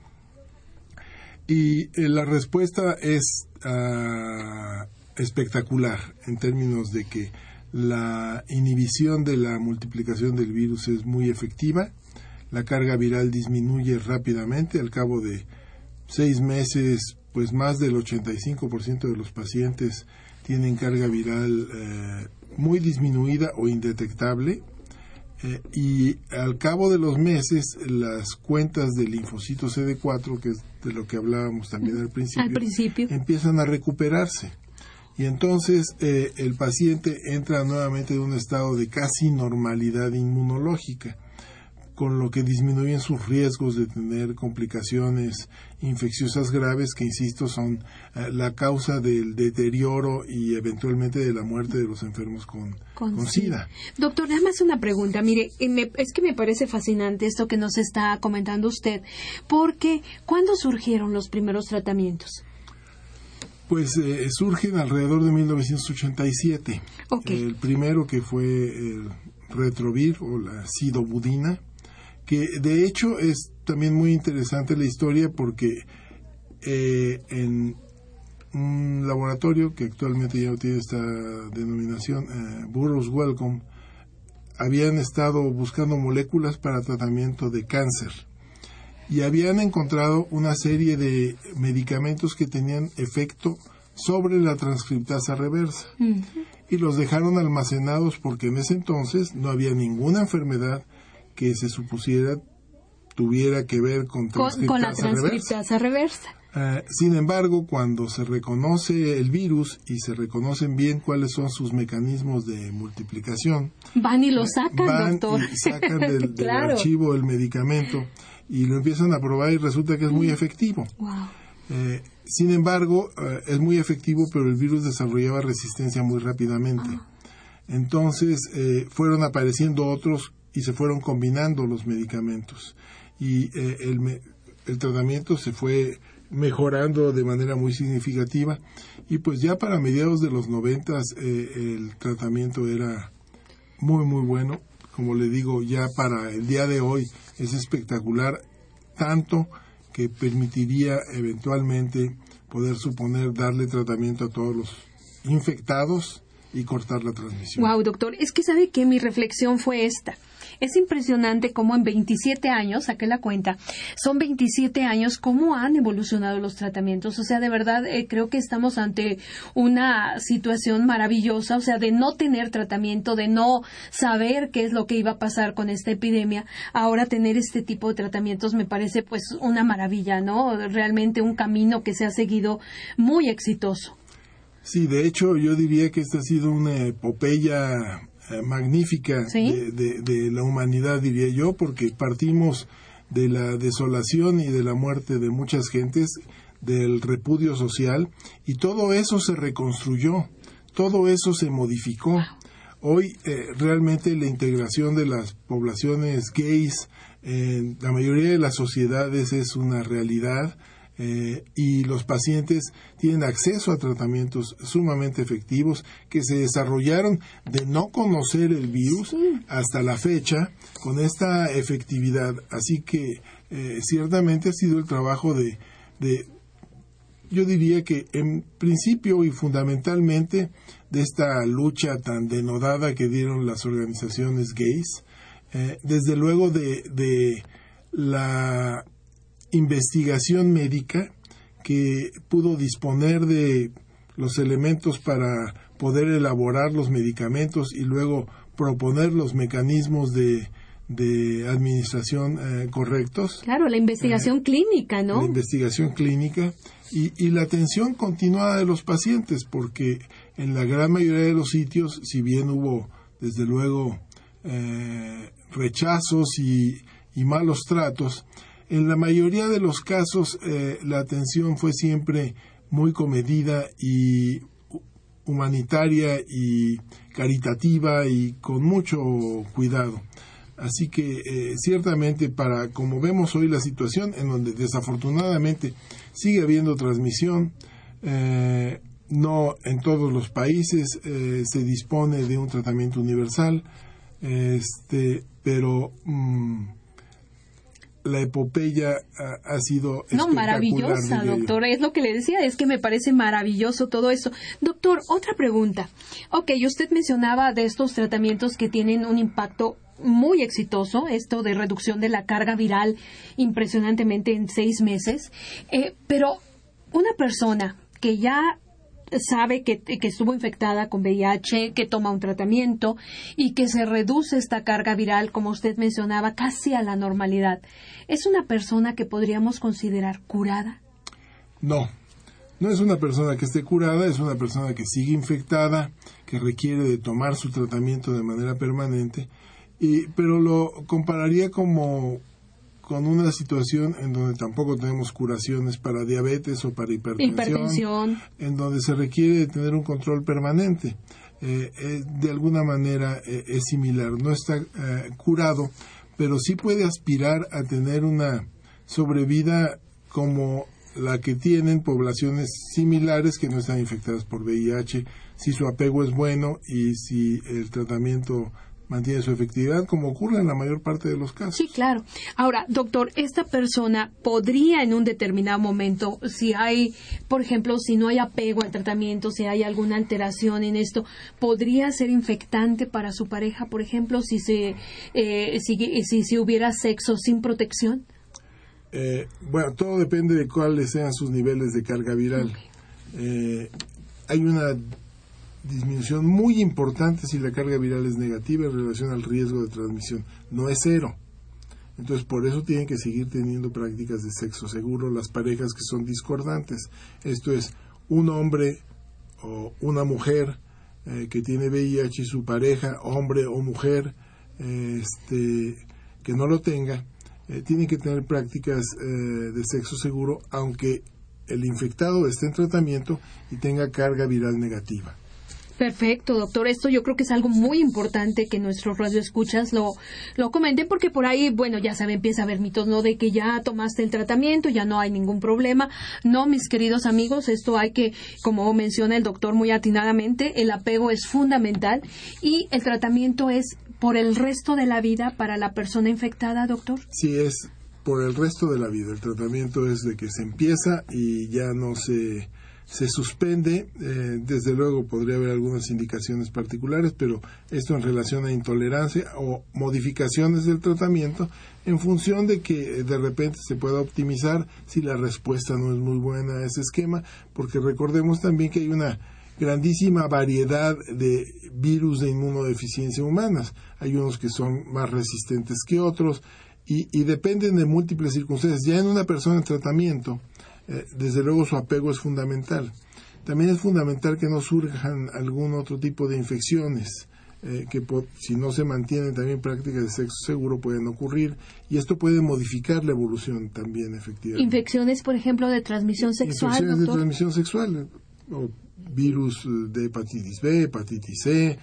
Y la respuesta es espectacular en términos de que la inhibición de la multiplicación del virus es muy efectiva, la carga viral disminuye rápidamente, al cabo de 6 meses, pues más del 85% de los pacientes tienen carga viral muy disminuida o indetectable. Y al cabo de los meses, las cuentas del linfocito CD4, que es de lo que hablábamos también al principio, empiezan a recuperarse. Y entonces el paciente entra nuevamente en un estado de casi normalidad inmunológica, con lo que disminuyen sus riesgos de tener complicaciones infecciosas graves que, insisto, son la causa del deterioro y eventualmente de la muerte de los enfermos con SIDA.
Doctor, nada más una pregunta. Mire, es que me parece fascinante esto que nos está comentando usted, porque ¿cuándo surgieron los primeros tratamientos?
Pues surgen alrededor de 1987.
Okay.
El primero, que fue el Retrovir o la sidobudina, que de hecho es también muy interesante la historia porque en un laboratorio que actualmente ya no tiene esta denominación, Burroughs Wellcome, habían estado buscando moléculas para tratamiento de cáncer y habían encontrado una serie de medicamentos que tenían efecto sobre la transcriptasa reversa. Uh-huh. Y los dejaron almacenados porque en ese entonces no había ninguna enfermedad que se supusiera tuviera que ver con
la transcriptasa reversa.
Sin embargo, cuando se reconoce el virus y se reconocen bien cuáles son sus mecanismos de multiplicación,
van y lo sacan, doctor.
Y sacan del
claro.
archivo el medicamento y lo empiezan a probar y resulta que es muy efectivo.
Wow.
Sin embargo, es muy efectivo, pero el virus desarrollaba resistencia muy rápidamente. Entonces, fueron apareciendo otros y se fueron combinando los medicamentos. Y el tratamiento se fue mejorando de manera muy significativa. Y pues ya para mediados de los 90 el tratamiento era muy, muy bueno. Como le digo, ya para el día de hoy es espectacular, tanto que permitiría eventualmente poder suponer darle tratamiento a todos los infectados y cortar la transmisión.
Wow, doctor, es que sabe que mi reflexión fue esta. Es impresionante cómo en 27 años, saqué la cuenta, son 27 años, cómo han evolucionado los tratamientos. O sea, de verdad, creo que estamos ante una situación maravillosa, o sea, de no tener tratamiento, de no saber qué es lo que iba a pasar con esta epidemia. Ahora tener este tipo de tratamientos me parece pues una maravilla, ¿no? Realmente un camino que se ha seguido muy exitoso.
Sí, de hecho, yo diría que esta ha sido una epopeya magnífica, ¿sí?, de la humanidad, diría yo, porque partimos de la desolación y de la muerte de muchas gentes, del repudio social, y todo eso se reconstruyó, todo eso se modificó. Hoy realmente la integración de las poblaciones gays en la mayoría de las sociedades es una realidad. Y los pacientes tienen acceso a tratamientos sumamente efectivos que se desarrollaron de no conocer el virus hasta la fecha con esta efectividad. Así que ciertamente ha sido el trabajo de yo diría que en principio y fundamentalmente de esta lucha tan denodada que dieron las organizaciones gays, desde luego de la investigación médica que pudo disponer de los elementos para poder elaborar los medicamentos y luego proponer los mecanismos de administración correctos.
Claro, la investigación clínica, ¿no?
La investigación clínica y la atención continuada de los pacientes, porque en la gran mayoría de los sitios, si bien hubo desde luego rechazos y malos tratos, en la mayoría de los casos la atención fue siempre muy comedida y humanitaria y caritativa y con mucho cuidado. Así que ciertamente como vemos hoy la situación en donde desafortunadamente sigue habiendo transmisión, no en todos los países se dispone de un tratamiento universal, pero la epopeya ha sido espectacular.
Maravillosa, doctor. Es lo que le decía, es que me parece maravilloso todo eso. Doctor, otra pregunta. Ok, usted mencionaba de estos tratamientos que tienen un impacto muy exitoso, esto de reducción de la carga viral impresionantemente en 6 meses, pero una persona que ya sabe que estuvo infectada con VIH, que toma un tratamiento y que se reduce esta carga viral, como usted mencionaba, casi a la normalidad. ¿Es una persona que podríamos considerar curada?
No es una persona que esté curada, es una persona que sigue infectada, que requiere de tomar su tratamiento de manera permanente, pero lo compararía con una situación en donde tampoco tenemos curaciones para diabetes o para hipertensión, en donde se requiere de tener un control permanente. De alguna manera es similar, no está curado, pero sí puede aspirar a tener una sobrevida como la que tienen poblaciones similares que no están infectadas por VIH, si su apego es bueno y si el tratamiento mantiene su efectividad, como ocurre en la mayor parte de los casos.
Sí, claro. Ahora, doctor, esta persona podría en un determinado momento, si hay, por ejemplo, si no hay apego al tratamiento, si hay alguna alteración en esto, ¿podría ser infectante para su pareja, por ejemplo, si se hubiera sexo sin protección?
Bueno, todo depende de cuáles sean sus niveles de carga viral. Hay una disminución muy importante si la carga viral es negativa en relación al riesgo de transmisión. No es cero. Entonces, por eso tienen que seguir teniendo prácticas de sexo seguro las parejas que son discordantes. Esto es, un hombre o una mujer que tiene VIH y su pareja, hombre o mujer, que no lo tenga, tienen que tener prácticas de sexo seguro, aunque el infectado esté en tratamiento y tenga carga viral negativa.
Perfecto, doctor. Esto yo creo que es algo muy importante que nuestros radioescuchas lo comenten, porque por ahí, bueno, ya saben, empieza a haber mitos, ¿no? De que ya tomaste el tratamiento, ya no hay ningún problema. No, mis queridos amigos, esto hay que, como menciona el doctor muy atinadamente, el apego es fundamental y el tratamiento es por el resto de la vida para la persona infectada, doctor.
Sí, es por el resto de la vida. El tratamiento es de que se empieza y ya no se suspende. Desde luego podría haber algunas indicaciones particulares, pero esto en relación a intolerancia o modificaciones del tratamiento en función de que de repente se pueda optimizar si la respuesta no es muy buena a ese esquema, porque recordemos también que hay una grandísima variedad de virus de inmunodeficiencia humanas. Hay unos que son más resistentes que otros y dependen de múltiples circunstancias. Ya en una persona en tratamiento, desde luego su apego es fundamental. También es fundamental que no surjan algún otro tipo de infecciones que si no se mantienen también prácticas de sexo seguro pueden ocurrir, y esto puede modificar la evolución también efectivamente.
Infecciones, por ejemplo, de transmisión sexual,
infecciones
doctor.
De transmisión sexual, o virus de hepatitis B, hepatitis C,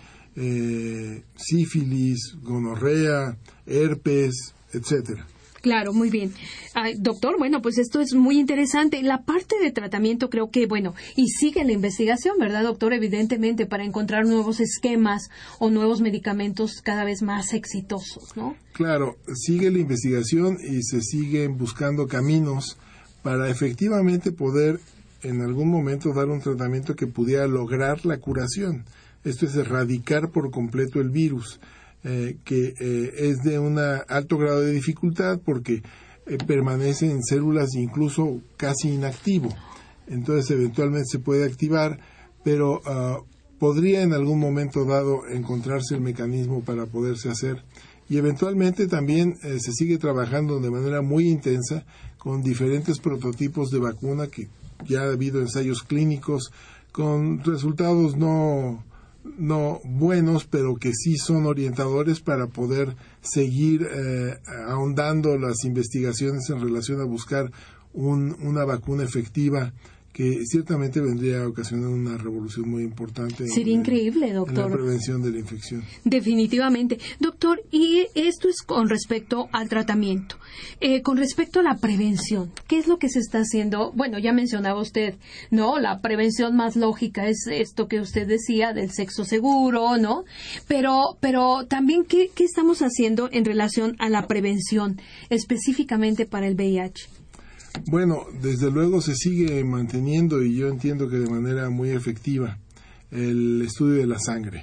sífilis, gonorrea, herpes, etcétera.
Claro, muy bien. Doctor, bueno, pues esto es muy interesante. La parte de tratamiento creo que, bueno, y sigue la investigación, ¿verdad, doctor? Evidentemente, para encontrar nuevos esquemas o nuevos medicamentos cada vez más exitosos, ¿no? Claro,
sigue la investigación y se siguen buscando caminos para efectivamente poder en algún momento dar un tratamiento que pudiera lograr la curación. Esto es erradicar por completo el virus. Que es de un alto grado de dificultad porque permanece en células incluso casi inactivo. Entonces eventualmente se puede activar, pero podría en algún momento dado encontrarse el mecanismo para poderse hacer. Y eventualmente también se sigue trabajando de manera muy intensa con diferentes prototipos de vacuna que ya ha habido ensayos clínicos con resultados no buenos, pero que sí son orientadores para poder seguir ahondando las investigaciones en relación a buscar una vacuna efectiva que ciertamente vendría a ocasionar una revolución muy importante.
Sería increíble, doctor.
En la prevención de la infección.
Definitivamente. Doctor, y esto es con respecto al tratamiento. Con respecto a la prevención, ¿qué es lo que se está haciendo? Bueno, ya mencionaba usted, ¿no? La prevención más lógica es esto que usted decía del sexo seguro, ¿no? Pero también, ¿qué estamos haciendo en relación a la prevención, específicamente para el VIH?
Bueno, desde luego se sigue manteniendo, y yo entiendo que de manera muy efectiva, el estudio de la sangre.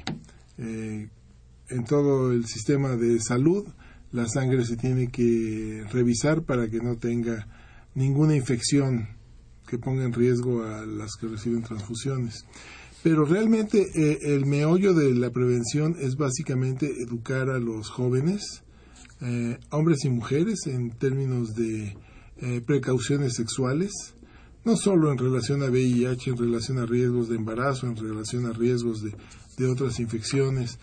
En todo el sistema de salud, la sangre se tiene que revisar para que no tenga ninguna infección que ponga en riesgo a las que reciben transfusiones. Pero realmente el meollo de la prevención es básicamente educar a los jóvenes, hombres y mujeres, en términos de precauciones sexuales, no solo en relación a VIH, en relación a riesgos de embarazo, en relación a riesgos de otras infecciones,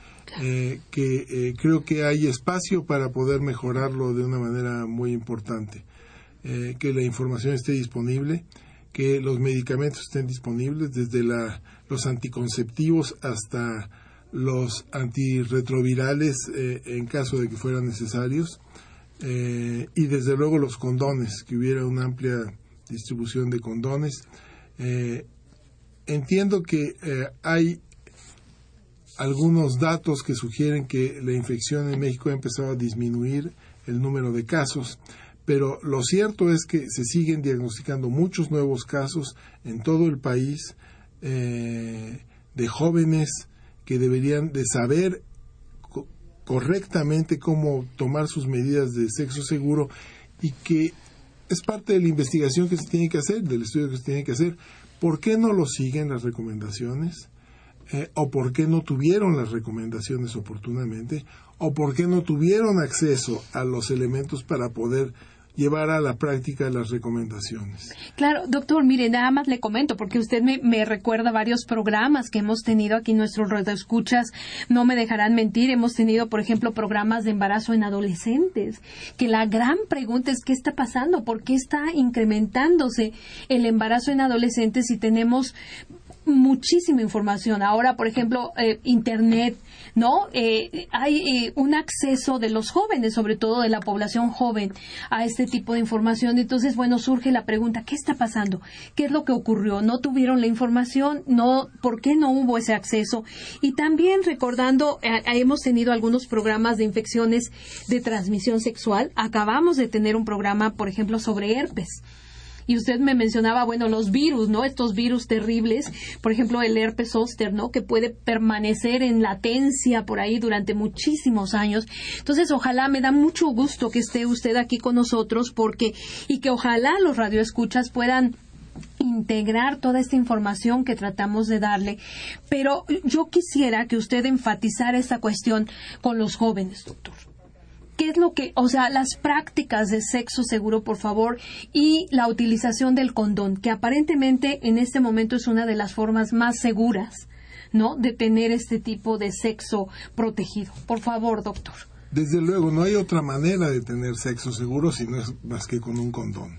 creo que hay espacio para poder mejorarlo de una manera muy importante, que la información esté disponible, que los medicamentos estén disponibles, desde los anticonceptivos hasta los antirretrovirales en caso de que fueran necesarios, y desde luego los condones, que hubiera una amplia distribución de condones. Entiendo que hay algunos datos que sugieren que la infección en México ha empezado a disminuir el número de casos, pero lo cierto es que se siguen diagnosticando muchos nuevos casos en todo el país, de jóvenes que deberían de saber correctamente cómo tomar sus medidas de sexo seguro, y que es parte de la investigación que se tiene que hacer, del estudio que se tiene que hacer. ¿Por qué no lo siguen las recomendaciones? ¿O por qué no tuvieron las recomendaciones oportunamente? ¿O por qué no tuvieron acceso a los elementos para poder llevar a la práctica las recomendaciones?
Claro, doctor, mire, nada más le comento, porque usted me recuerda varios programas que hemos tenido aquí, nuestros radioescuchas no me dejarán mentir. Hemos tenido, por ejemplo, programas de embarazo en adolescentes, que la gran pregunta es ¿qué está pasando? ¿Por qué está incrementándose el embarazo en adolescentes si tenemos muchísima información? Ahora, por ejemplo, Internet, ¿no? Hay un acceso de los jóvenes, sobre todo de la población joven, a este tipo de información. Entonces, bueno, surge la pregunta, ¿qué está pasando? ¿Qué es lo que ocurrió? ¿No tuvieron la información? ¿No? ¿Por qué no hubo ese acceso? Y también recordando, hemos tenido algunos programas de infecciones de transmisión sexual. Acabamos de tener un programa, por ejemplo, sobre herpes. Y usted me mencionaba, bueno, los virus, ¿no? Estos virus terribles, por ejemplo, el herpes zóster, ¿no? Que puede permanecer en latencia por ahí durante muchísimos años. Entonces, ojalá, me da mucho gusto que esté usted aquí con nosotros, y que ojalá los radioescuchas puedan integrar toda esta información que tratamos de darle. Pero yo quisiera que usted enfatizara esta cuestión con los jóvenes, doctor. ¿Qué es lo que, las prácticas de sexo seguro, por favor, y la utilización del condón, que aparentemente en este momento es una de las formas más seguras, ¿no?, de tener este tipo de sexo protegido? Por favor, doctor.
Desde luego, no hay otra manera de tener sexo seguro si no es más que con un condón.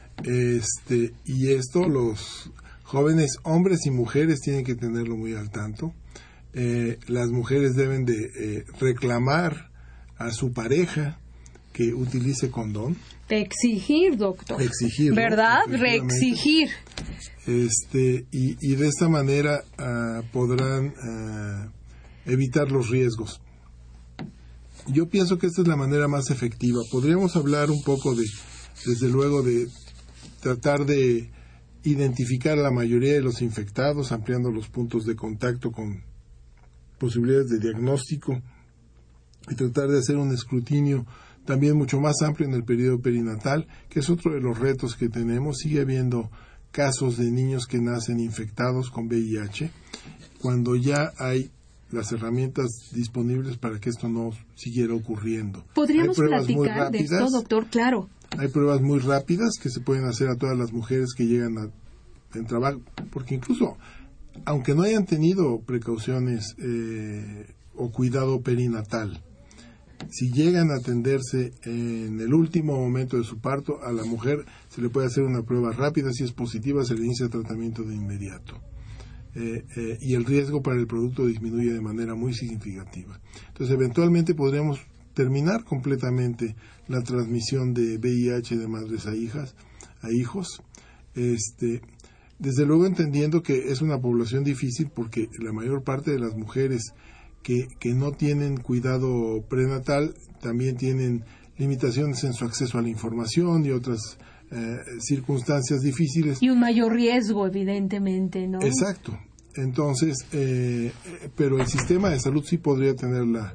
Y esto los jóvenes, hombres y mujeres, tienen que tenerlo muy al tanto. Las mujeres deben de reclamar a su pareja que utilice condón.
Exigir, doctor.
Exigir,
¿verdad? Reexigir.
Y de esta manera podrán evitar los riesgos. Yo pienso que esta es la manera más efectiva. Podríamos hablar un poco desde luego, de tratar de identificar a la mayoría de los infectados, ampliando los puntos de contacto con posibilidades de diagnóstico, y tratar de hacer un escrutinio también mucho más amplio en el periodo perinatal, que es otro de los retos que tenemos. Sigue habiendo casos de niños que nacen infectados con VIH, cuando ya hay las herramientas disponibles para que esto no siguiera ocurriendo.
¿Podríamos platicar de esto, doctor? Claro.
Hay pruebas muy rápidas que se pueden hacer a todas las mujeres que llegan en trabajo, porque incluso, aunque no hayan tenido precauciones o cuidado perinatal, si llegan a atenderse en el último momento de su parto, a la mujer se le puede hacer una prueba rápida. Si es positiva, se le inicia tratamiento de inmediato. Y el riesgo para el producto disminuye de manera muy significativa. Entonces, eventualmente podríamos terminar completamente la transmisión de VIH de madres a hijos. Desde luego, entendiendo que es una población difícil, porque la mayor parte de las mujeres que no tienen cuidado prenatal también tienen limitaciones en su acceso a la información y otras circunstancias difíciles.
Y un mayor riesgo, evidentemente, ¿no?
Exacto. Entonces, pero el sistema de salud sí podría tener la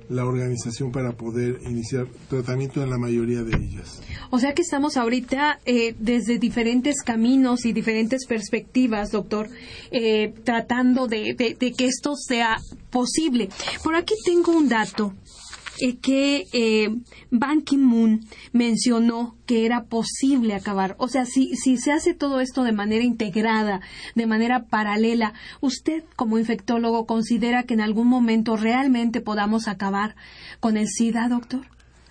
la organización para poder iniciar tratamiento en la mayoría de ellas.
O sea que estamos ahorita desde diferentes caminos y diferentes perspectivas, doctor, tratando de que esto sea posible. Por aquí tengo un dato que Ban Ki-moon mencionó que era posible acabar. O sea, si se hace todo esto de manera integrada, de manera paralela, ¿usted como infectólogo considera que en algún momento realmente podamos acabar con el SIDA, doctor?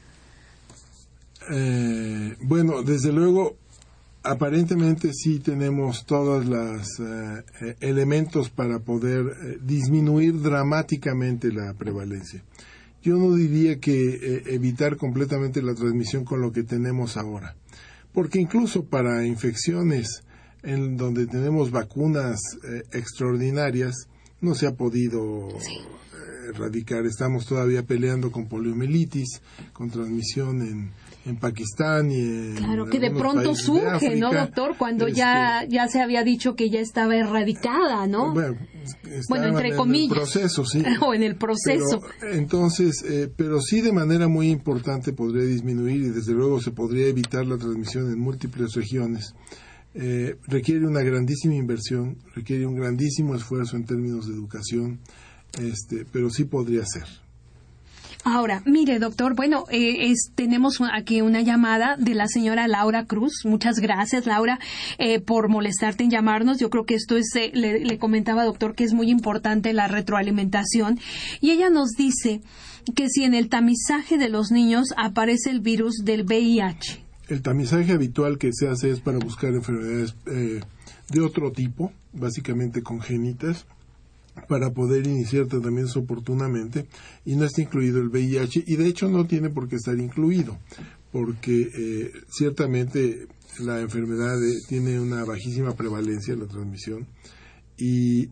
Bueno, desde luego, aparentemente sí tenemos todos los elementos para poder disminuir dramáticamente la prevalencia. Yo no diría que evitar completamente la transmisión con lo que tenemos ahora, porque incluso para infecciones en donde tenemos vacunas extraordinarias, no se ha podido erradicar. Estamos todavía peleando con poliomielitis, con transmisión en Pakistán y en
claro, que de pronto surge,
de África,
¿no, doctor? Cuando ya se había dicho que ya estaba erradicada, ¿no?
Bueno,
entre comillas.
En el proceso, sí.
O en el proceso.
Pero sí de manera muy importante podría disminuir y desde luego se podría evitar la transmisión en múltiples regiones. Requiere una grandísima inversión, requiere un grandísimo esfuerzo en términos de educación, pero sí podría ser.
Ahora, mire, doctor, bueno, tenemos aquí una llamada de la señora Laura Cruz. Muchas gracias, Laura, por molestarte en llamarnos. Yo creo que esto es, le comentaba, doctor, que es muy importante la retroalimentación. Y ella nos dice que si en el tamizaje de los niños aparece el virus del VIH.
El tamizaje habitual que se hace es para buscar enfermedades de otro tipo, básicamente congénitas, para poder iniciar tratamientos oportunamente, y no está incluido el VIH, y de hecho no tiene por qué estar incluido, porque ciertamente la enfermedad tiene una bajísima prevalencia en la transmisión, y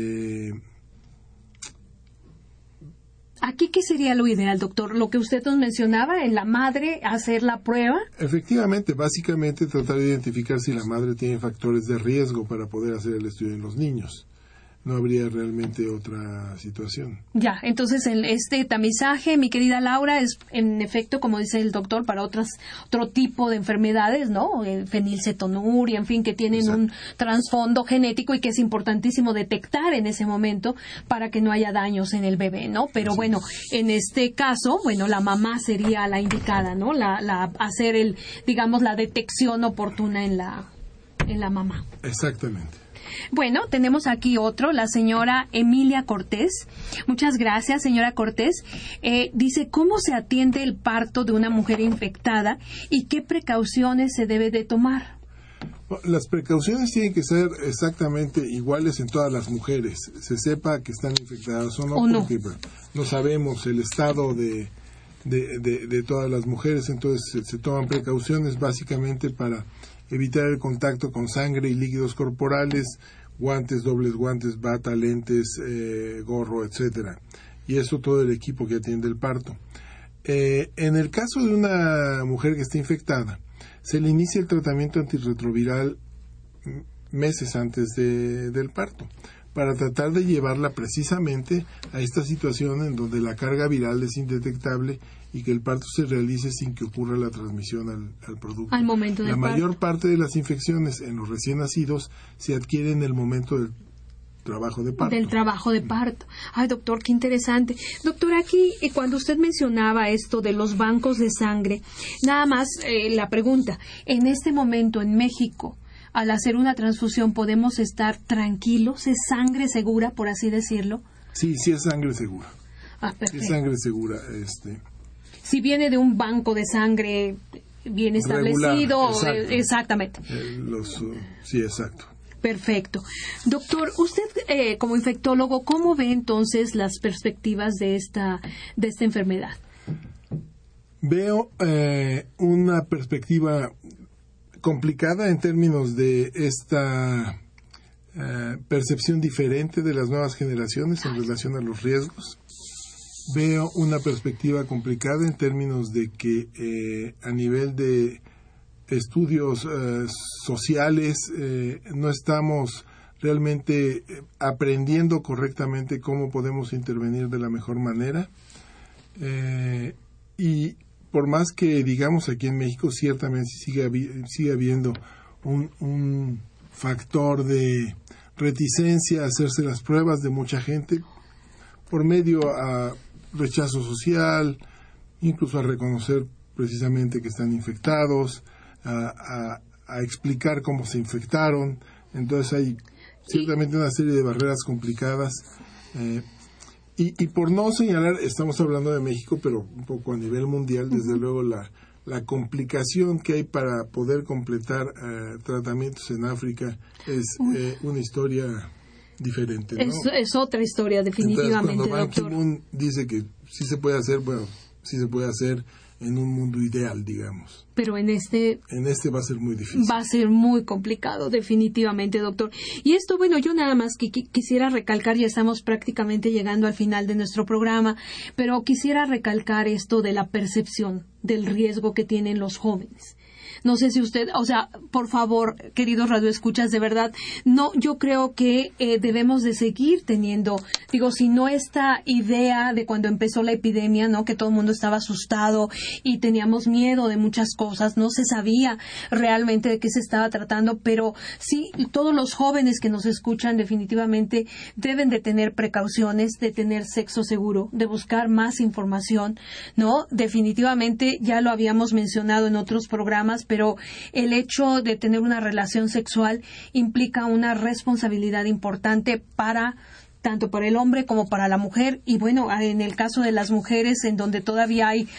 ¿aquí qué sería lo ideal, doctor? Lo que usted nos mencionaba, en la madre hacer la prueba.
Efectivamente, básicamente tratar de identificar si la madre tiene factores de riesgo para poder hacer el estudio en los niños. No habría realmente otra situación.
Ya, entonces este tamizaje, mi querida Laura, es en efecto, como dice el doctor, para otro tipo de enfermedades, ¿no? Fenilcetonuria, en fin, que tienen Exacto. Un trasfondo genético y que es importantísimo detectar en ese momento para que no haya daños en el bebé, ¿no? Pero Así bueno, en este caso, bueno, la mamá sería la indicada, ¿no? Hacer digamos, la detección oportuna en la mamá.
Exactamente.
Bueno, tenemos aquí otro, la señora Emilia Cortés. Muchas gracias, señora Cortés. Dice, ¿cómo se atiende el parto de una mujer infectada y qué precauciones se debe de tomar?
Las precauciones tienen que ser exactamente iguales en todas las mujeres, se sepa que están infectadas o no, porque no sabemos el estado de todas las mujeres, entonces se toman precauciones básicamente para evitar el contacto con sangre y líquidos corporales, guantes, dobles guantes, bata, lentes, gorro, etcétera. Y eso todo el equipo que atiende el parto. En el caso de una mujer que está infectada, se le inicia el tratamiento antirretroviral meses antes del parto, para tratar de llevarla precisamente a esta situación en donde la carga viral es indetectable y que el parto se realice sin que ocurra la transmisión al producto.
Al momento del
parto. La mayor parte de las infecciones en los recién nacidos se adquiere en el momento del trabajo de parto.
Del trabajo de parto. Ay, doctor, qué interesante. Doctor, aquí, cuando usted mencionaba esto de los bancos de sangre, nada más la pregunta, en este momento en México, al hacer una transfusión, ¿podemos estar tranquilos? ¿Es sangre segura, por así decirlo?
Sí, sí es sangre segura.
Ah, perfecto.
Es sangre segura.
Si viene de un banco de sangre bien establecido,
regular,
exactamente.
Sí, exacto.
Perfecto. Doctor, usted como infectólogo, ¿cómo ve entonces las perspectivas de esta enfermedad?
Veo una perspectiva complicada en términos de esta percepción diferente de las nuevas generaciones en relación a los riesgos. Veo una perspectiva complicada en términos de que a nivel de estudios sociales no estamos realmente aprendiendo correctamente cómo podemos intervenir de la mejor manera. Y por más que digamos aquí en México ciertamente sigue habiendo un factor de reticencia a hacerse las pruebas de mucha gente por medio a rechazo social, incluso a reconocer precisamente que están infectados, a explicar cómo se infectaron. Entonces hay ciertamente una serie de barreras complicadas. Y por no señalar, estamos hablando de México, pero un poco a nivel mundial, desde luego la complicación que hay para poder completar tratamientos en África es una historia diferente, ¿no?
Es otra historia, definitivamente.
Entonces, cuando Ban
doctor
Ki-moon dice que sí se puede hacer, bueno, sí se puede hacer en un mundo ideal, digamos.
Pero en este
va a ser muy difícil.
Va a ser muy complicado, definitivamente, doctor. Y esto, bueno, yo nada más que quisiera recalcar, ya estamos prácticamente llegando al final de nuestro programa, pero quisiera recalcar esto de la percepción del riesgo que tienen los jóvenes. No sé si usted, o sea, por favor, queridos radioescuchas, de verdad, no, yo creo que debemos de seguir teniendo, digo, si no esta idea de cuando empezó la epidemia, ¿no? Que todo el mundo estaba asustado y teníamos miedo de muchas cosas, no se sabía realmente de qué se estaba tratando, pero sí, todos los jóvenes que nos escuchan definitivamente deben de tener precauciones, de tener sexo seguro, de buscar más información, ¿no? Definitivamente, ya lo habíamos mencionado en otros programas, pero el hecho de tener una relación sexual implica una responsabilidad importante tanto para el hombre como para la mujer, y bueno, en el caso de las mujeres, en donde todavía hay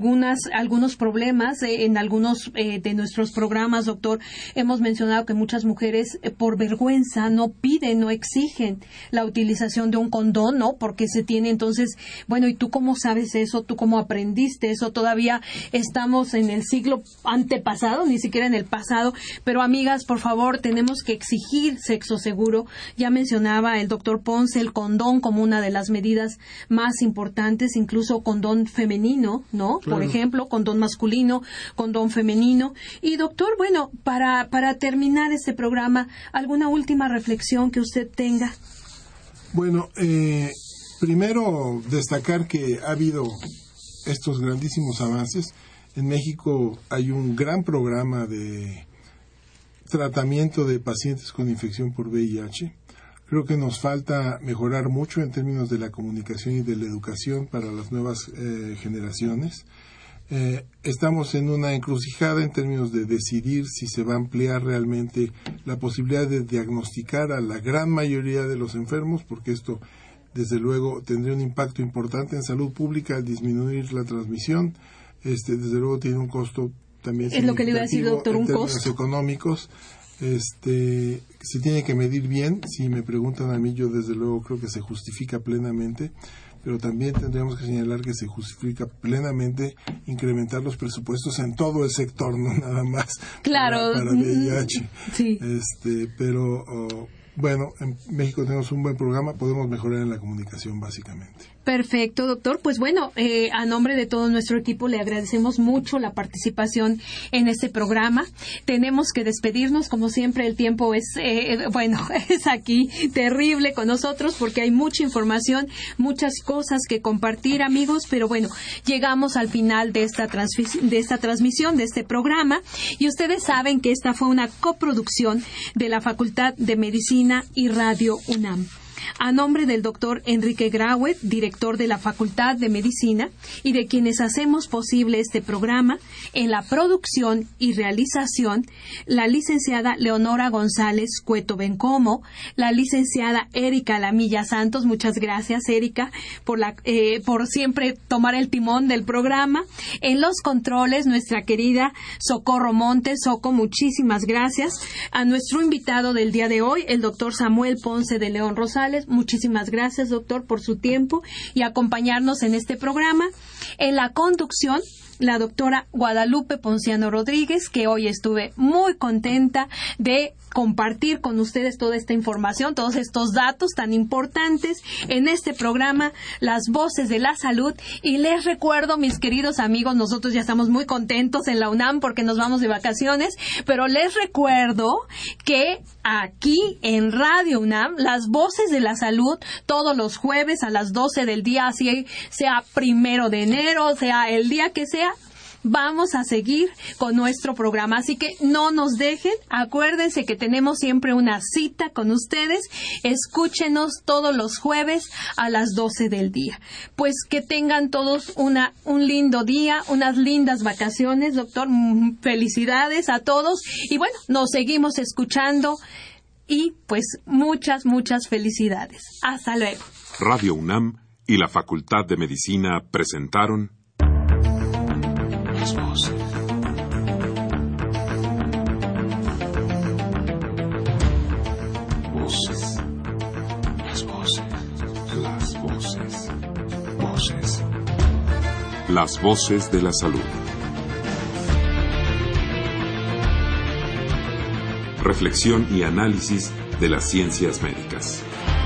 algunos problemas, en algunos de nuestros programas, doctor, hemos mencionado que muchas mujeres por vergüenza no piden, no exigen la utilización de un condón, ¿no? Porque se tiene entonces, bueno, ¿y tú cómo sabes eso? ¿Tú cómo aprendiste eso? Todavía estamos en el siglo antepasado, ni siquiera en el pasado, pero amigas, por favor, tenemos que exigir sexo seguro. Ya mencionaba el doctor Ponce el condón como una de las medidas más importantes, incluso condón femenino, ¿no? Claro. Por ejemplo, condón masculino, condón femenino. Y doctor, bueno, para terminar este programa, ¿alguna última reflexión que usted tenga?
Bueno, primero destacar que ha habido estos grandísimos avances. En México hay un gran programa de tratamiento de pacientes con infección por VIH. Creo que nos falta mejorar mucho en términos de la comunicación y de la educación para las nuevas generaciones. Estamos en una encrucijada en términos de decidir si se va a ampliar realmente la posibilidad de diagnosticar a la gran mayoría de los enfermos, porque esto, desde luego, tendría un impacto importante en salud pública al disminuir la transmisión. Desde luego tiene un costo también
es lo que le iba a decir, doctor,
un costo económicos. Se tiene que medir bien. Si me preguntan a mí, yo desde luego creo que se justifica plenamente, pero también tendríamos que señalar que se justifica plenamente incrementar los presupuestos en todo el sector, no nada más
claro.
para VIH.
Sí.
Pero bueno, en México tenemos un buen programa, podemos mejorar en la comunicación básicamente.
Perfecto, doctor. Pues bueno, a nombre de todo nuestro equipo le agradecemos mucho la participación en este programa. Tenemos que despedirnos, como siempre el tiempo es aquí terrible con nosotros porque hay mucha información, muchas cosas que compartir, amigos, pero bueno, llegamos al final de esta transmisión, de este programa, y ustedes saben que esta fue una coproducción de la Facultad de Medicina y Radio UNAM. A nombre del doctor Enrique Graue, director de la Facultad de Medicina, y de quienes hacemos posible este programa, en la producción y realización, la licenciada Leonora González Cueto Bencomo, la licenciada Erika Lamilla Santos, muchas gracias, Erika, por siempre tomar el timón del programa. En los controles, nuestra querida Socorro Montes. Soco, muchísimas gracias. A nuestro invitado del día de hoy, el doctor Samuel Ponce de León Rosales. Muchísimas gracias, doctor, por su tiempo y acompañarnos en este programa. En la conducción, la doctora Guadalupe Ponciano Rodríguez, que hoy estuve muy contenta de compartir con ustedes toda esta información, todos estos datos tan importantes en este programa, Las Voces de la Salud. Y les recuerdo, mis queridos amigos, nosotros ya estamos muy contentos en la UNAM porque nos vamos de vacaciones, pero les recuerdo que aquí en Radio UNAM, Las Voces de la Salud, todos los jueves a las 12 del día, así sea 1 de enero, sea el día que sea, vamos a seguir con nuestro programa. Así que no nos dejen. Acuérdense que tenemos siempre una cita con ustedes. Escúchenos todos los jueves a las 12 del día. Pues que tengan todos un lindo día, unas lindas vacaciones, doctor. Felicidades a todos. Y bueno, nos seguimos escuchando y pues muchas felicidades. Hasta luego.
Radio UNAM y la Facultad de Medicina presentaron Las Voces. Voces. Las voces. Las voces. Voces. Las voces de la salud. Reflexión y análisis de las ciencias médicas.